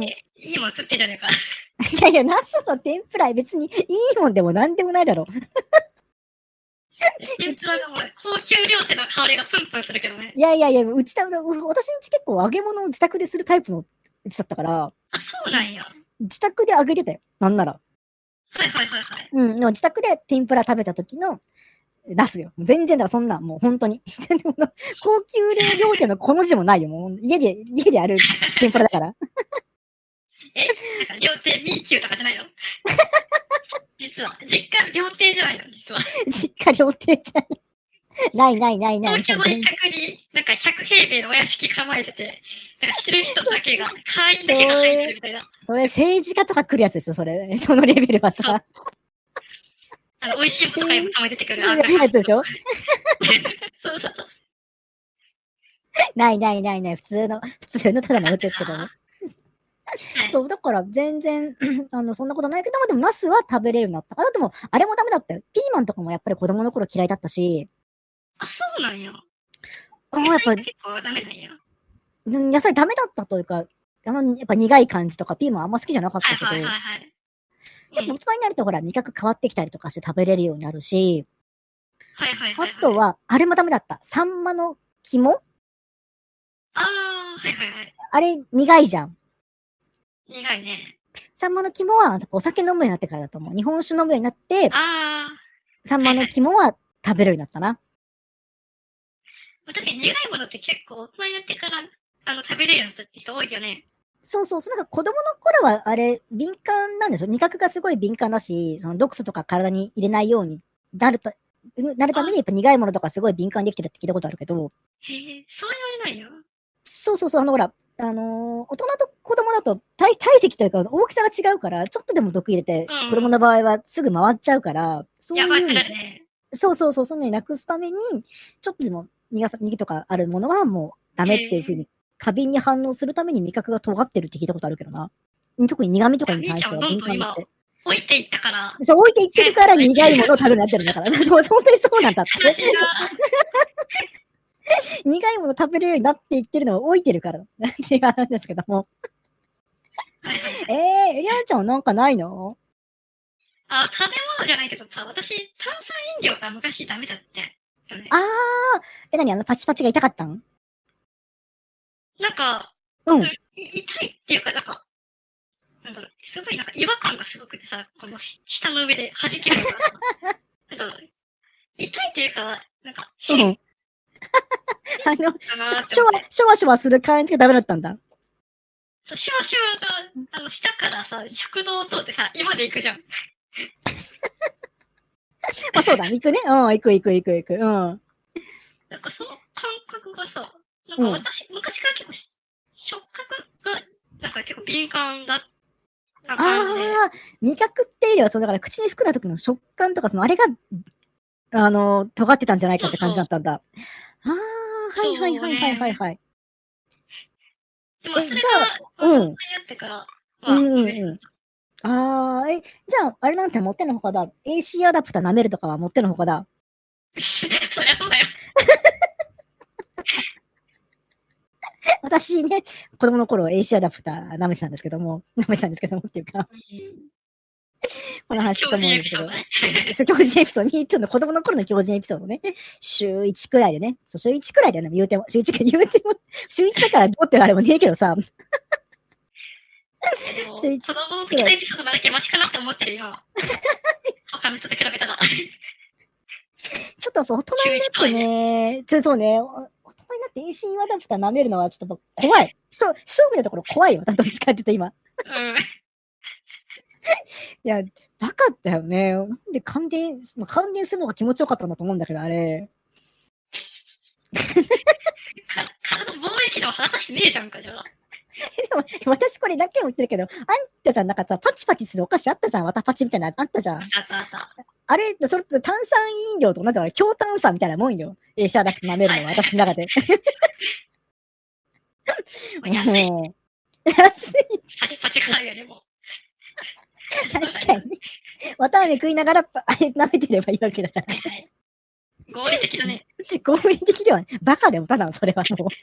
いいもん食ってんじゃねえか。 いや、ナスの天ぷら別にいいもんでもなんでもないだろ。 天ぷらがもう高級料亭の香りがプンプンするけどね。 いや、私んち結構揚げ物を自宅でするタイプのうちだったから、 あ、そうなんや。 自宅であげてたよ。なんなら。 はいはいはいはい。 うん、自宅で天ぷら食べた時の出すよ。全然だからそんな、もう本当に。高級料亭のこの字もないよ。もう家である天ぷらだから。 なんか料亭 B 級とかじゃないの？実は。実家料亭じゃないの実は。 実家料亭じゃない。ない。 東京の一角になんか100平米のお屋敷構えてて、なんか知ってる人だけが、会員だけが入ってるみたいな。 それ政治家とか来るやつですよ、それ。そのレベルはさ。 美味しいものとかも出てくる。 やつでしょそう。 ない。普通のただのお家ですけども。そう、だから全然、そんなことないけども、でもナスは食べれるようになったから、でも、あれもダメだったよ。ピーマンとかもやっぱり子供の頃嫌いだったし。 あ、そうなんや。 やっぱ結構ダメなんや。 野菜ダメだったというか、やっぱ苦い感じとか、ピーマンあんま好きじゃなかったけど。でも大人になるとほら、味覚変わってきたりとかして食べれるようになるし。あとは、あれもダメだった。サンマの肝？あれ、苦いじゃん。 苦いね。 サンマの肝はお酒飲むようになってからだと思う。日本酒飲むようになって、サンマの肝は食べれるようになったな。 確かに苦いものって結構大人になってから食べれるようになったって人多いよね。 そう。なんか子供の頃はあれ、敏感なんでしょ？味覚がすごい敏感だし、その毒素とか体に入れないようになるためにやっぱ苦いものとかすごい敏感にできてるって聞いたことあるけど。 へえ、そう言われないよ。 そう、ほら、大人と子供だと体積というか大きさが違うから、ちょっとでも毒入れて、子供の場合はすぐ回っちゃうから、 そういう。やばくなるね。 そんなになくすために、ちょっとでも苦とかあるものはもうダメっていう風に、過敏に反応するために味覚が尖ってるって聞いたことあるけどな。特に苦味とかに関しては敏感って。 置いていったから。 そう、置いていってるから苦いものを食べるようになってるんだから。でも本当にそうなんだって。苦いもの食べれるようになっていってるのを置いてるから。っていう話なんですけども。りゃんちゃんはなんかないの？ 食べ物じゃないけどさ、私、炭酸飲料が昔ダメだって。 何パチパチが痛かったん？ なんか、 痛いっていうか、なんか、なんだろう、すごいなんか違和感がすごくてさ、この下の上で弾けるのがさ、なんだろう、痛いっていうか、なんか、シュワシュワする感じがダメだったんだ。 そう、シュワシュワが、下からさ、食道を通ってさ、今で行くじゃん。 そうだ、行くね。行く。 なんかその感覚がさ、なんか私、昔から結構触覚が、なんか結構敏感だった感じで。 味覚っていうよりは、だから口に含んだ時の食感とか、あれが、尖ってたんじゃないかって感じだったんだ。はい。 でもそれが、大人になってからは、 じゃあ、あれなんて持ってんのほかだ。AC アダプター舐めるとかは持ってんのほかだ。 そりゃそうだよ。 私ね、子供の頃 AC アダプター舐めてたんですけどもっていうか。この話と思うんですけど。強靭エピソード、MeToo の子供の頃の強靭エピソードね。週1くらいでね。週1くらいだよね、言うても。週1だからどうってあれもねえけどさ。 子供の時のエピソードだけマシかなって思ってるよ。他の人と比べたら。 ちょっと大人になってね、そうね、大人になって AC アダプター舐めるのはちょっと怖い。勝負のところ怖いよ。どっちかっていうと今。いや、バカだよね。なんで感電するのが気持ちよかったんだと思うんだけど、あれ。 体防疫の話してねえじゃんか、じゃあ。 でも、私これ何回も言ってるけど、あんたじゃん、なんかさ、パチパチするお菓子あったじゃん。わたパチみたいなあったじゃん。 あった。 あれ、それって炭酸飲料と同じだから、強炭酸みたいなもんよ。シャーだけ舐めるのは、私の中で。 安い。 安い。 パチパチ買うよね、もう。 確かにね。綿あめ食いながら、あれ舐めてればいいわけだから。 合理的だね。 合理的ではね。バカでもただの、それはもう。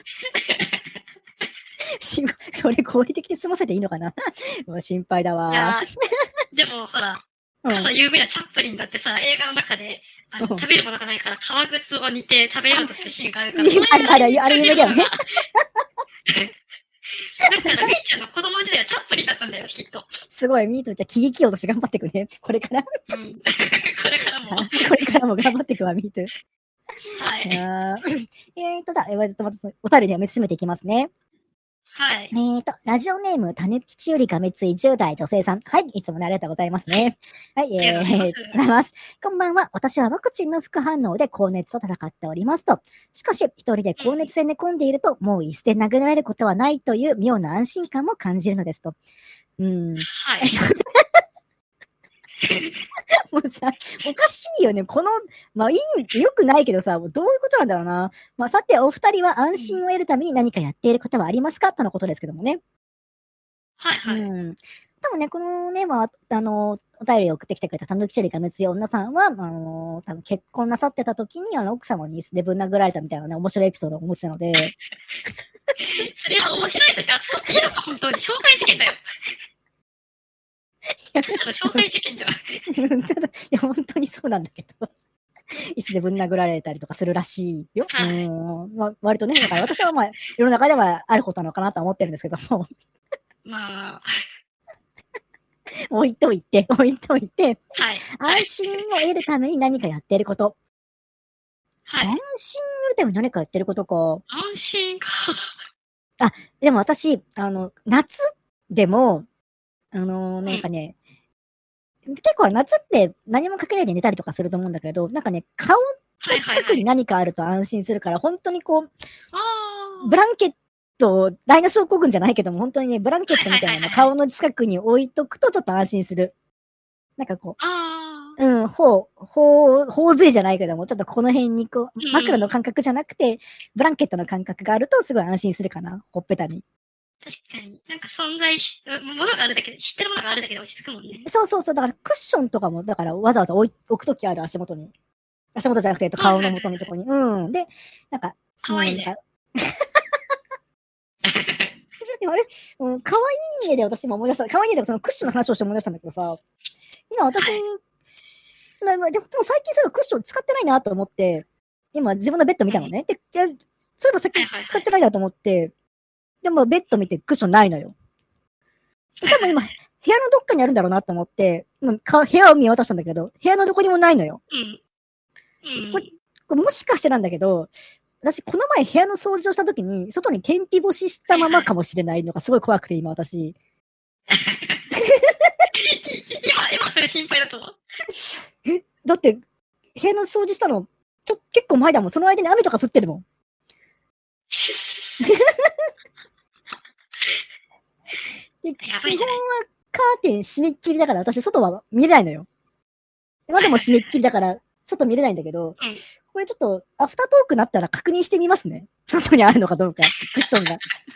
それ合理的に済ませていいのかなもう心配だわ。 でもほら、有名なチャップリンだってさ、映画の中で、食べるものがないから革靴を煮て食べようとするシーンがあるから。 あれ有名だよね。 だから、みーちゃんの子供時代はチャップリンだったんだよ、きっと。 すごい、ミートちゃん、喜劇王として頑張っていくね。これから。 うん。これからも。 これからも頑張っていくわ、ミート。 はい。 じゃあ、またお便りで読み進めていきますね。 はい。 ラジオネーム、たぬきちよりがめつい10代女性さん。はい、いつもね、ありがとうございますね。はい、 ありがとうございます。 こんばんは。私はワクチンの副反応で高熱と戦っておりますと。しかし、一人で高熱で寝込んでいると、もう椅子で殴られることはないという妙な安心感も感じるのですと。 はい。 もうさ、おかしいよね。まあよくないけどさ、どういうことなんだろうな。まあさて、お二人は安心を得るために何かやっていることはありますかとのことですけどもね。 はいはい。 多分ね、このね、お便りを送ってきてくれたたぬきちよりがめつい女さんは、多分結婚なさってた時に奥様にでぶん殴られたみたいなね、面白いエピソードをお持ちなので。 それは面白いとして扱っていいのか、本当に。傷害事件だよ。ただ傷害事件じゃん。 いや、本当にそうなんだけど。椅子でぶん殴られたりとかするらしいよ。 はい。 割とね、だから私は世の中ではあることなのかなと思ってるんですけども。 まあ。 置いといて。 はい。 安心を得るために何かやってること。 はい。 安心を得るために何かやってることか。 安心か。 でも私、夏でも、なんかね、結構夏って何もかけないで寝たりとかすると思うんだけど、なんかね、顔の近くに何かあると安心するから、本当にこう、ブランケット、ライナ症候群じゃないけども、本当にね、ブランケットみたいなの顔の近くに置いとくとちょっと安心する。なんかこう、頬ずりじゃないけども、ちょっとこの辺にこう、枕の感覚じゃなくて、ブランケットの感覚があるとすごい安心するかな、ほっぺたに。 確かに。なんかものがあるだけで、知ってるものがあるだけで落ち着くもんね。 そう。だからクッションとかも、だからわざわざ置くときある足元に。足元じゃなくて、顔の元のとこに。で、なんか、 かわいいね。 あれかわいいねで私も思い出した。かわいいねでそのクッションの話をして思い出したんだけどさ、今私、でも最近そういうクッション使ってないなと思って、今自分のベッド見たのね。で、そういえばさっき使ってないなと思って、でもベッド見てクッションないのよ。多分今、部屋のどっかにあるんだろうなと思って、部屋を見渡したんだけど、部屋のどこにもないのよ。これもしかしてなんだけど、私、この前部屋の掃除をしたときに、外に天日干ししたままかもしれないのがすごい怖くて、今私。 今それ心配だと思う。 だって、部屋の掃除したの、結構前だもん。その間に雨とか降ってるもん。で基本はカーテン閉めっきりだから、私、外は見れないのよ。でも閉めっきりだから、外見れないんだけど、これちょっと、アフタートークになったら確認してみますね。外にあるのかどうか、クッションが。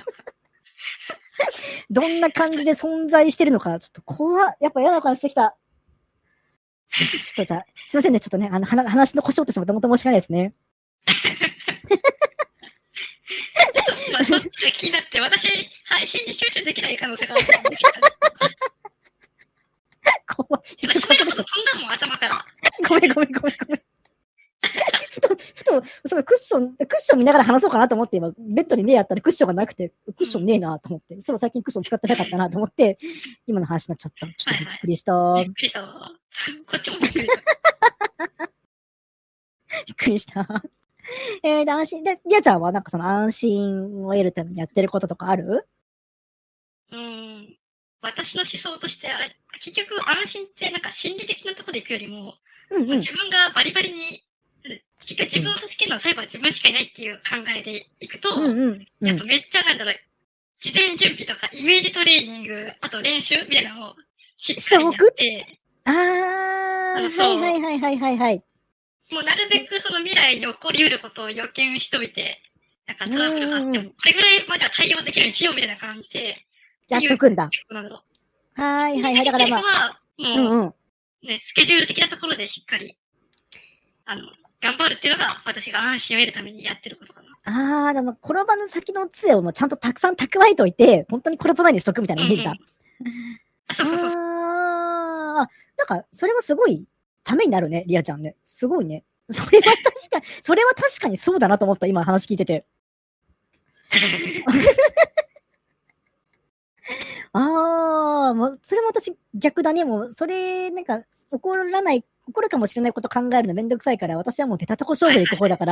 どんな感じで存在してるのか、ちょっとやっぱ嫌な感じしてきた。ちょっとじゃあ、すいませんね、ちょっとね、話の腰折ってしまって、もっと申し訳ないですね。 気になって、私、配信に集中できない可能性がある。喋ること飛んだもん、頭から。 ごめん。ふと、クッション見ながら話そうかなと思って、今、ベッドに目やったらクッションがなくて、クッションねえなと思って、そう、最近クッション使ってなかったなと思って、今の話になっちゃった。ちょっとびっくりした。 びっくりした。こっちもびっくりした。 びっくりした。安心。で、りあちゃんはなんかその安心を得るためにやってることとかある？ 私の思想として、結局安心ってなんか心理的なところで行くよりも、自分がバリバリに、結局自分を助けるのは最後は自分しかいないっていう考えでいくと、やっぱめっちゃ事前準備とかイメージトレーニング、あと練習みたいなのをしっかりやって。 はい。 もうなるべくその未来に起こり得ることを予見しといて、なんかトラブルがあっても、これぐらいまでは対応できるようにしようみたいな感じで、 やっとくんだ。はい。だからもう、スケジュール的なところでしっかり、頑張るっていうのが私が安心を得るためにやってることかな。 でも転ばぬ先の杖をもうちゃんとたくさん蓄えといて、本当に転ばないようにしとくみたいなイメージだ。 そう。 なんか、それはすごいためになるね、リアちゃんね。すごいね。それは確かにそうだなと思った、今話聞いてて。 もう、それも私逆だね。もう、それ、なんか、起こるかもしれないこと考えるのめんどくさいから、私はもう出たとこ勝負で行く方だから、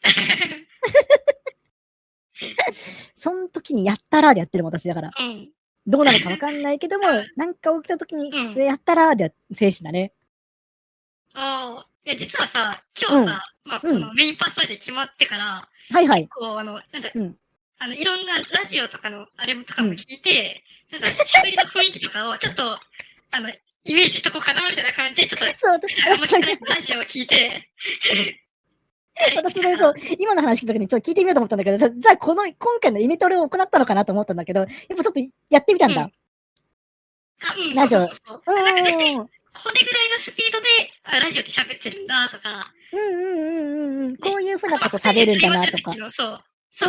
その時にやったらでやってるもん、私だから。 うん。 どうなるかわかんないけども、なんか起きた時に、それやったらで精神だね。 ああ。いや、実はさ、今日さ、まあ、このメインパーソナリティ決まってから、 はいはい。 結構なんだ、いろんなラジオとかの、あれとかも聞いて、なんか喋りの雰囲気とかをちょっと、イメージしとこうかな、みたいな感じで、ちょっと、 そう、 ラジオを聞いて、 私ね、そう、今の話聞いた時にちょっと聞いてみようと思ったんだけど、じゃあ今回のイメトレを行ったのかなと思ったんだけど、やっぱちょっとやってみたんだ。 ラジオ。そう。なんか大体、これぐらいのスピードで、ラジオって喋ってるんだとか。 こういうふうなこと喋るんだなとか。 そう。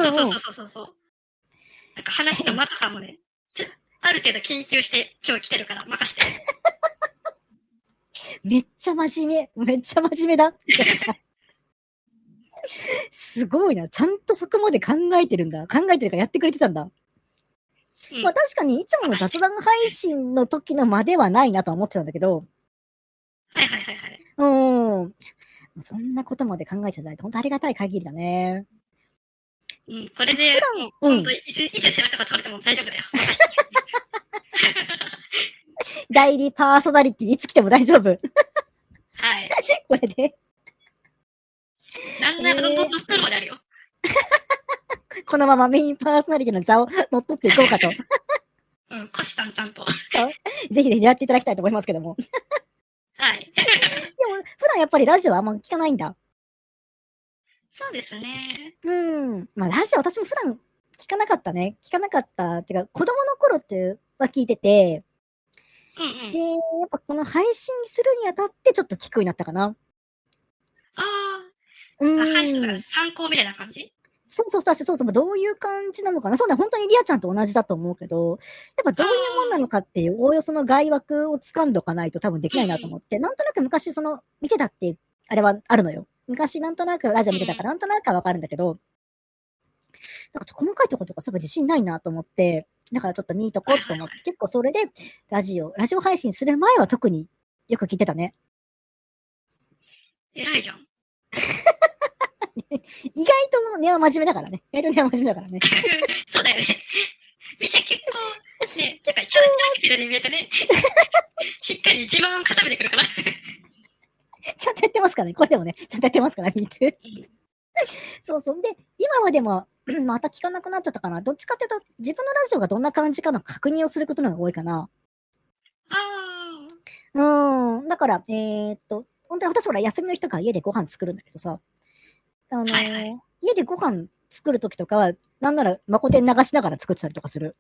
なんか話の間とかもね、ある程度研究して今日来てるから任して。 めっちゃ真面目だ。すごいな。ちゃんとそこまで考えてるからやってくれてたんだ。まあ確かにいつもの雑談配信の時の間ではないなとは思ってたんだけど。 はい。 そんなことまで考えていただいて、本当ありがたい限りだね。 これで、もう、本当いつ背中が取れても大丈夫だよ。 代理パーソナリティいつ来ても大丈夫。 はい。 これで。 なんなら乗っ取るまであるよ。 このままメインパーソナリティの座を乗っ取っていこうかと。 虎視眈々と。 ぜひ狙っていただきたいと思いますけども。 はい。 でも、普段やっぱりラジオはあんま聞かないんだ。 そうですね。 まあ、ラジオ私も普段聞かなかったね。聞かなかった。ってか、子供の頃っては聞いてて、で、やっぱこの配信するにあたってちょっと聞くようになったかな。 配信が参考みたいな感じ？ そう、どういう感じなのかな。そうだ、本当にリアちゃんと同じだと思うけど、やっぱどういうもんなのかっていう、おおよその概枠を掴んどかないと多分できないなと思って、なんとなく昔見てたっていう、あれはあるのよ。昔なんとなくラジオ見てたから、なんとなくはわかるんだけど、なんか細かいとことか多分自信ないなと思って、だからちょっと見とこうと思って、結構それでラジオ配信する前は特によく聞いてたね。 偉いじゃん。 意外と根は真面目だからね。 そうだよね。めちゃ結構、ね、なんかチャラチャラけてるように見えてね。しっかり自慢を固めてくるから。 ちゃんとやってますからね。これでもね、ちゃんとやってますから、見て。そう。で、今はでも、また聞かなくなっちゃったかな。どっちかっていうと、自分のラジオがどんな感じかの確認をすることの方が多いかな。だから、本当に私ほら、休みの日とか家でご飯作るんだけどさ、家でご飯作るときとかは、なんなら、まこて流しながら作ってたりとかする。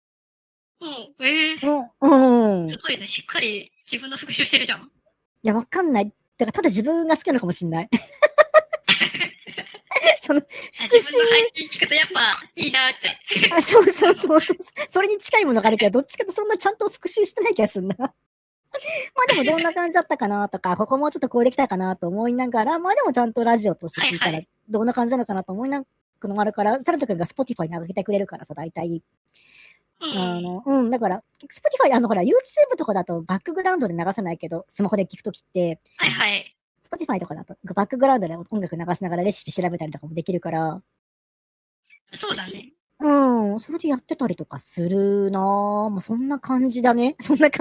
すごいね、しっかり自分の復習してるじゃん。いや、わかんない。だから、ただ自分が好きなのかもしんない。 自分の配信聞くとやっぱいいなって。 そう。それに近いものがあるけど、どっちかとそんなちゃんと復習してない気がすんな。まあでもどんな感じだったかなとか、ここもうちょっとこうできたかなと思いながら、まあでもちゃんとラジオとして聞いたら、どんな感じなのかなと思いながらのもあるから、サルト君が Spotify に上げてくれるからさ、大体。だから、Spotify、ほら、YouTube とかだとバックグラウンドで流せないけど、スマホで聞くときって、Spotify とかだと、バックグラウンドで音楽流しながらレシピ調べたりとかもできるから。 そうだね。 それでやってたりとかするなぁ。まあ、そんな感じだね。そっか。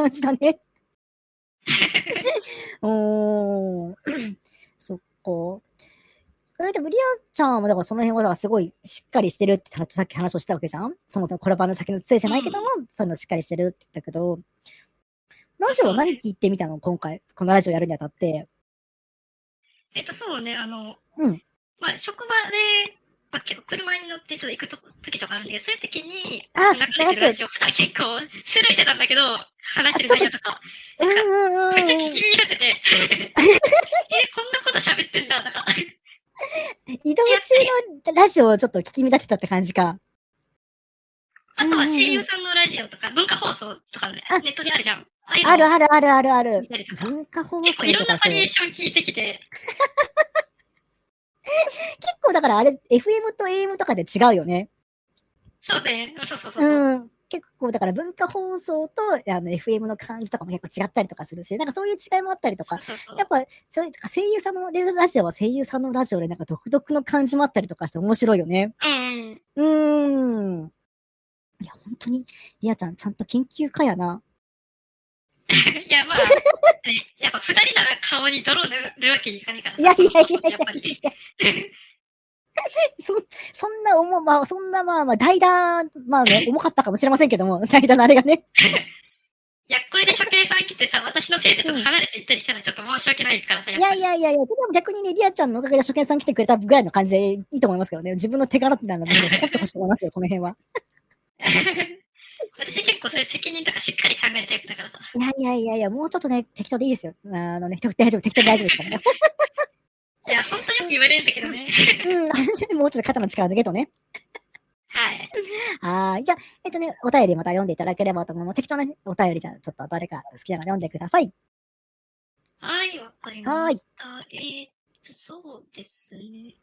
それでもリアちゃんはだからその辺はすごいしっかりしてるってさっき話をしたわけじゃん。そもそもこればの先のせいじゃないけども、そういうのしっかりしてるって言ったけど、ラジオは何聞いてみたの今回、このラジオやるにあたって。 そうね、まあ、職場で、まあ、結構車に乗ってちょっと行く時とかあるんで、そういう時に、流れてるラジオ結構スルーしてたんだけど、話してる内容とか。めっちゃ聞き耳立てて、こんなこと喋ってんだ、とか。 移動中のラジオをちょっと聞き乱してたって感じか。 あとは声優さんのラジオとか、文化放送とかね、ネットであるじゃん。 ある。文化放送とか。 いろんなバリエーション聞いてきて。 結構だからあれ、FM と AM とかで違うよね。 そうね。そう。 結構、だから文化放送とFM の感じとかも結構違ったりとかするし、なんかそういう違いもあったりとか、 そうそうやっぱ、そういう声優さんのラジオは声優さんのラジオでなんか独特の感じもあったりとかして面白いよね。 うん。 いや、本当に、リアちゃん、ちゃんと研究家やな。 いや、まあ、やっぱ二人なら顔に泥を塗るわけにいかないからさ。 いやいやいやいややっぱり。 そんなまあ、そんなまあ、代打、まあね、重かったかもしれませんけども、代打のあれがね。 いや、これで初見さん来てさ、私のせいでちょっと離れていったりしたらちょっと申し訳ないからさ、 いやいやいやいや、でも逆にね、リアちゃんのおかげで初見さん来てくれたぐらいの感じでいいと思いますけどね。自分の手柄みたいなので、残ってほしいと思いますよ、その辺は。 私結構そういう責任とかしっかり考えるタイプだからさ。 いやいやいやいや、もうちょっとね、適当でいいですよ。大丈夫、適当で大丈夫ですからね。 いや、本当によく言われるんだけどね。 もうちょっと肩の力抜けとね。 はい。 じゃあ、お便りまた読んでいただければと思います。適当なお便りじゃあ、ちょっと誰か好きなの読んでください。 はい、わかりました。そうですね。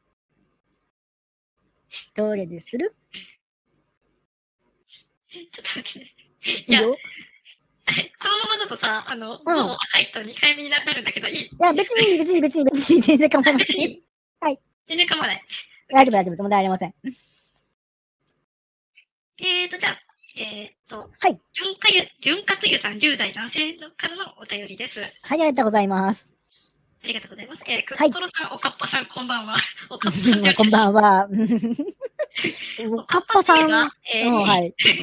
どれでする？ ちょっと待ってね。 いいよ。 このままだとさ、もう赤い人2回目になるんだけど、いい？ いや、別に、全然構いません。 別にはい。 全然構わない。 大丈夫、問題ありません。 じゃあ、 はい。 潤滑油さん10代男性からのお便りです。 はい、ありがとうございます。 ありがとうございます。クッコロさん、おかっぱさん、こんばんは。おかっぱさん。 こんばんは。おかっぱさん。はい。 おかっぱとい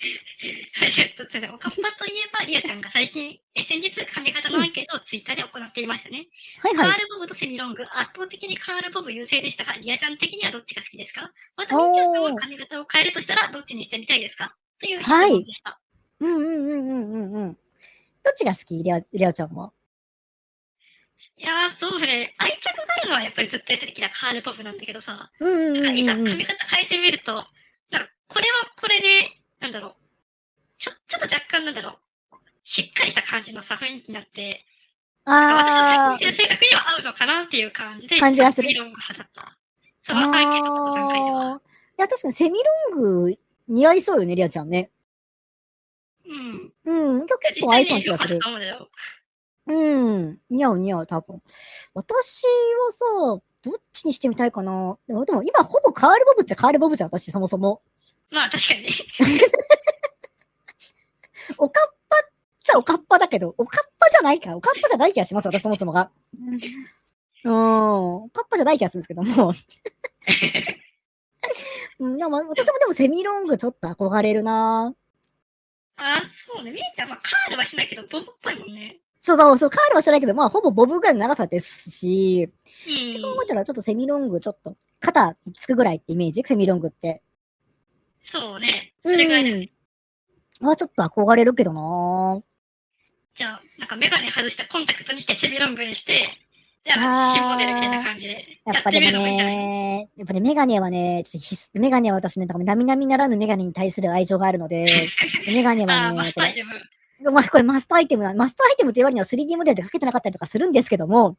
えば、リアちゃんが最近、先日、髪型のアンケートをツイッターで行っていましたね。 はいはい。 カールボブとセミロング、圧倒的にカールボブ優勢でしたが、リアちゃん的にはどっちが好きですか？また、ミキヤさんは髪型を変えるとしたら、どっちにしてみたいですか？という質問でした。 どっちが好き？リアちゃんは。 いやー、そうね。愛着があるのはやっぱりずっとやってきたカールボブなんだけどさ、いざ髪型変えてみると、なんかこれはこれで、なんだろう、ちょっと若干なんだろう、しっかりした感じのさ、雰囲気になって、私の性格には合うのかなっていう感じで、 感じがする。 セミロング派だった。そのアンケートの段階では。 いや、確かにセミロング似合いそうよね、リアちゃんね。結構合いそうな気がする。似合う、多分。私はさ、どっちにしてみたいかな。でも今ほぼカールボブっちゃカールボブじゃん、私、そもそも。 まあ、確かにね。 おかっぱっちゃおかっぱだけど、おかっぱじゃないか。おかっぱじゃない気がします、私そもそもが。おかっぱじゃない気がするんですけども。私もでもセミロングちょっと憧れるな。 そうね。みーちゃんはカールはしないけど、ボブっぽいもんね。 そう、カールはしてないけど、ほぼボブぐらいの長さですし、って考えたらちょっとセミロングちょっと、肩つくぐらいってイメージ？セミロングって。 そうね。それぐらいだよね。 ちょっと憧れるけどな。 じゃあ、なんかメガネ外してコンタクトにしてセミロングにして、新モデルみたいな感じでやってみるのもいいんじゃない？ やっぱね、メガネはね、メガネは私ね、並々ならぬメガネに対する愛情があるので、メガネはね、 マストアイテム。 これマストアイテムマストアイテムって言われるには 3D モデルでかけてなかったりとかするんですけども、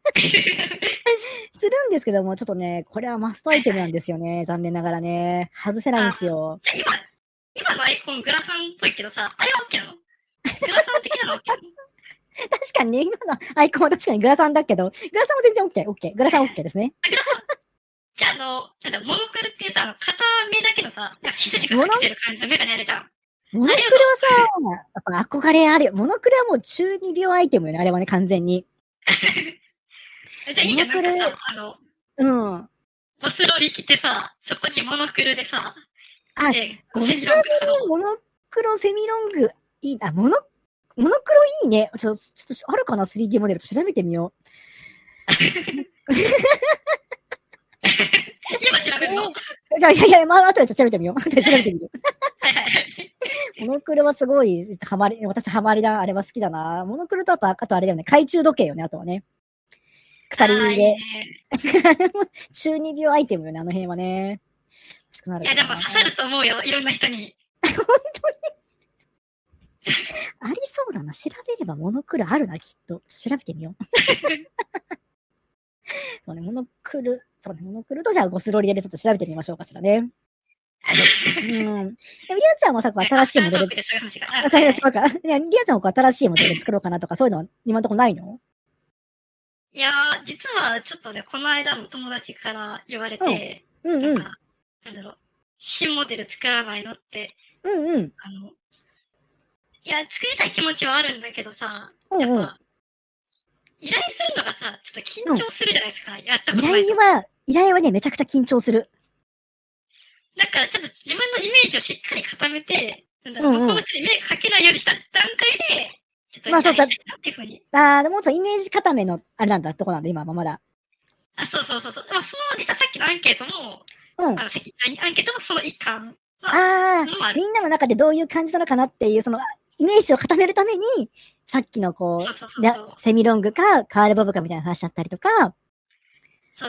ちょっとね、これはマストアイテムなんですよね。残念ながらね。外せないんですよ。 今のアイコングラサンっぽいけどさ、あれは OK なの？グラサン的なの OK なの？ 確かにね、今のアイコンは確かにグラサンだけど、グラサンも全然 OK。グラサン OK ですね。 グラサンじゃあモノクルっていうさ、片目だけのさ、なんか羊がかけてる感じのメガネあるじゃん。 モノクルはさ、やっぱ憧れあるよ。モノクルはもう中二病アイテムよね、あれはね、完全に。 じゃあいいじゃん、なんかさ、ゴスロリ着てさ、そこにモノクルでさ、 ゴスロリにモノクロセミロング、いいな、モノクロいいね。ちょっとあるかな 3D モデルと調べてみよう。 今調べるの？ じゃあ、後で調べてみよう。モノクロはすごい私ハマりだ、あれは好きだな。モノクロとあとあれだよね、懐中時計よね、あとはね。鎖で。中二病アイテムよね、あの辺はね。 いや、でも刺さると思うよ、いろんな人に。 本当にありそうだな。調べればモノクロあるな、きっと。調べてみよう。そうね、モノクロとじゃあゴスロリでちょっと調べてみましょうかしらね。 でも、リアちゃんもさ、こう新しいモデル。 そういう話が。 そういう話か。リアちゃんもこう新しいモデル作ろうかなとか、そういうのは今のところないの？ いやー、実はちょっとね、この間も友達から言われて、なんか、なんだろう、新モデル作らないのって、いや、作りたい気持ちはあるんだけどさ、やっぱ、依頼するのがさ、ちょっと緊張するじゃないですか。やったことないと。 依頼はね、めちゃくちゃ緊張する。 だからちょっと自分のイメージをしっかり固めて、向こうの人に迷惑かけないようにした段階で、ちょっと依頼したいなっていうふうに。 でもイメージ固めの、あれなんだ、とこなんだ、今はまだ。 そう。まあ、その、実はさっきのアンケートも、アンケートもその一環は、みんなの中でどういう感じなのかなっていう、その、イメージを固めるために、さっきのこう、セミロングか、カールボブかみたいな話だったりとか。 そう。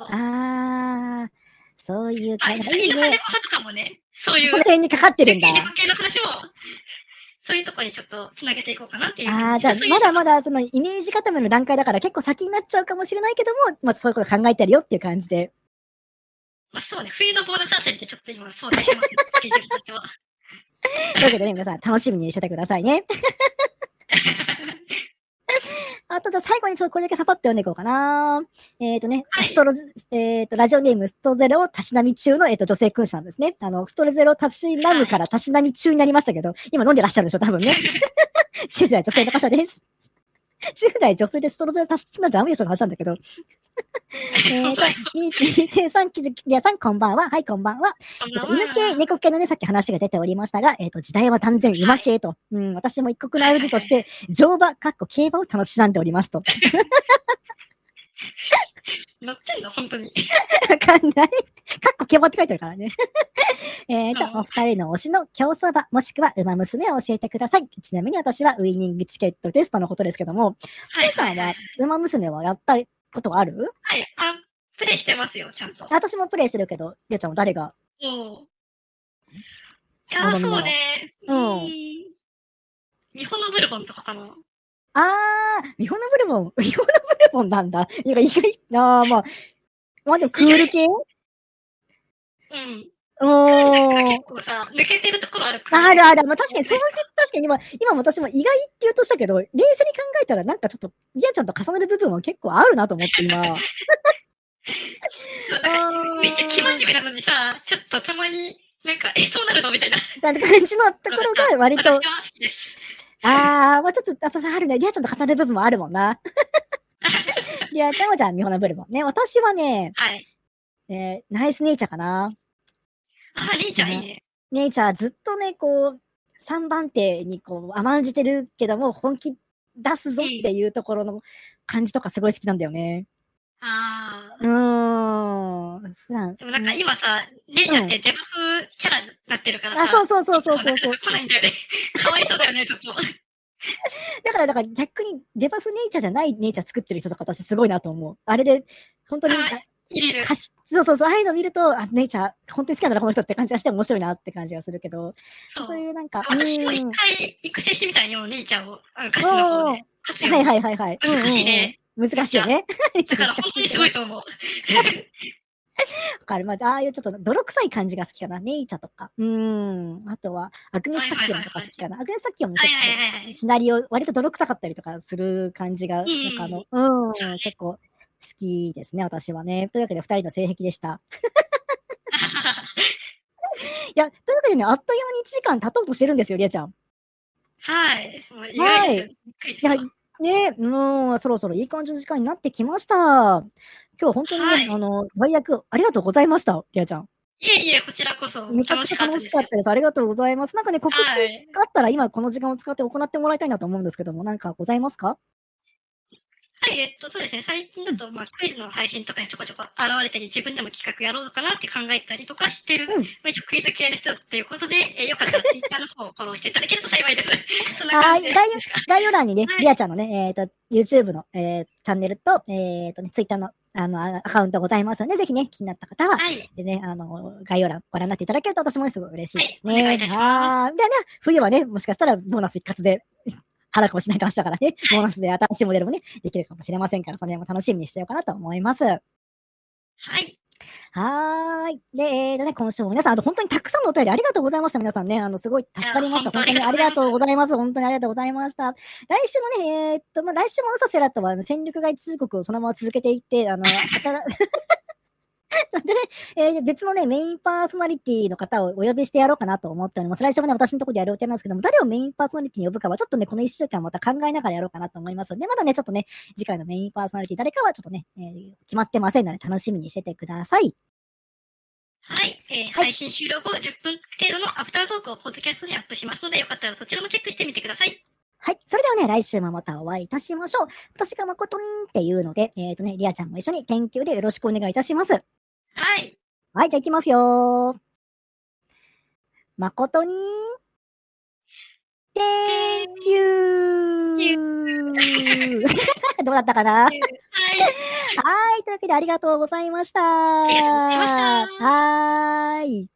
そういう感じで。犬派とかもね、そういう。 その辺にかかってるんだ。 犬派系の話も、そういうところにちょっと繋げていこうかなっていう。 じゃあ、まだまだそのイメージ固めの段階だから結構先になっちゃうかもしれないけども、まあそういうこと考えてるよっていう感じで。 まあそうね、冬のボーナスあたりでちょっと今想定してますね、スケジュールとしては。 というわけでね、皆さん楽しみにしててくださいね。あと、じゃあ最後にちょっとこれだけパパッと読んでいこうかな。ラジオネームストゼロをたしなみ中の、女性君主なんですね。ストレゼロたしなむからたしなみ中になりましたけど、今飲んでらっしゃるでしょ、多分ね。10代女性の方です。10代女性でストロゼロたしなじゃダメでしょの話なんだけど。みーさん、皆さん、こんばんは。はい、こんばんは。犬系、猫系のね、さっき話が出ておりましたが、時代は断然馬系と。私も一国の主として、乗馬、競馬を楽しんでおりますと。 乗ってんの本当に。 わかんない。競馬って書いてるからね。お二人の推しの競走馬、もしくは馬娘を教えてください。ちなみに私はウイニングチケットですとのことですけども、ケイちゃんは馬娘はやったことはある？ はい。プレイしてますよ、ちゃんと。 私もプレイしてるけど、りょうちゃんは誰が？ いや、そうね。日本のブルボンとかかな。 日本のブルボンなんだ。意外、まあでもクール系？ 結構さ、抜けてるところあるから。 まあ確かに、確かに今私も意外って言うとしたけど、冷静に考えたらなんかちょっと、リアちゃんと重ねる部分は結構あるなと思って、今。 めっちゃ生真面目なのにさ、ちょっとたまに、なんか、そうなるのみたいな。 感じのところが割と。 私は好きです。 まあちょっと、やっぱさ、あるね。リアちゃんと重ねる部分もあるもんな。リアちゃんはじゃあ、日本のブルボンね。私はね、ナイスネイチャーかな。 ネイチャーいいね。 ネイチャーずっとね、こう、3番手にこう、甘んじてるけども、本気出すぞっていうところの感じとかすごい好きなんだよね。普段。 でもなんか今さ、ネイチャーってデバフキャラになってるからさ。 そう。 来ないんだよね。かわいそうだよね、ちょっと。 だから逆にデバフネイチャーじゃないネイチャー作ってる人とか私すごいなと思う。あれで、本当に、そう、ああいうの見ると、ネイチャー、本当に好きなんだな、この人って感じがして面白いなって感じがするけど、そういうなんか。 私も一回育成してみたいよ、ネイチャーを。ガチの方で。 はい。 難しいね。 難しいよね。 だから本当にすごいと思う。 わかる。まああいうちょっと泥臭い感じが好きかな。ネイチャーとか。あとは、アグネス・サキオンとか好きかな。アグネス・サキオンも結構、シナリオ、割と泥臭かったりとかする感じが、なんか結構好きですね、私はね。というわけで、二人の性癖でした。いや、というわけでね、あっという間に1時間経とうとしてるんですよ、りあちゃん。 はい。意外です。びっくりです。 ね、もうそろそろいい感じの時間になってきました。今日は本当にね、配役ありがとうございました、りあちゃん。 いえ、こちらこそ。 めちゃくちゃ楽しかったです。ありがとうございます。なんかね、告知があったら今この時間を使って行ってもらいたいなと思うんですけども、なんかございますか？ はい、そうですね。最近だと、クイズの配信とかにちょこちょこ現れたり、自分でも企画やろうかなって考えたりとかしてる、一応クイズ系の人ということで、よかったらツイッターの方をフォローしていただけると幸いです。そんな感じです。 概要欄にね、りあちゃんのね、YouTube の、チャンネルと、ツイッターのアカウントございますので、ぜひね、気になった方は、でね、概要欄ご覧になっていただけると私もすごい嬉しいですね。 お願いいたします。 でね、冬はね、もしかしたらボーナス一括で、腹かもしれない話だからね、ボーナスで新しいモデルもね、できるかもしれませんから、その辺も楽しみにしてようかなと思います。 はい。 はーい。で、今週も皆さん、本当にたくさんのお便りありがとうございました。皆さんね、すごい助かりました。本当にありがとうございます。本当にありがとうございました。来週のね、来週もウサセラとは戦力外通告をそのまま続けていって、でね、別のね、メインパーソナリティの方をお呼びしてやろうかなと思っております。来週もね、私のところでやる予定なんですけども、誰をメインパーソナリティに呼ぶかは、ちょっとね、この1週間また考えながらやろうかなと思いますので、まだね、ちょっとね、次回のメインパーソナリティ誰かはちょっとね、決まってませんので、楽しみにしててください。 はい。配信終了後10分程度のアフタートークをポッドキャストにアップしますので、よかったらそちらもチェックしてみてください。 はい。それではね、来週もまたお会いいたしましょう。私が誠にっていうので、リアちゃんも一緒に研究でよろしくお願いいたします。 はい。 はい、じゃあ行きますよー。誠に、Thank you! どうだったかなはい。はい。というわけでありがとうございました。 ありがとうございました。 はーい。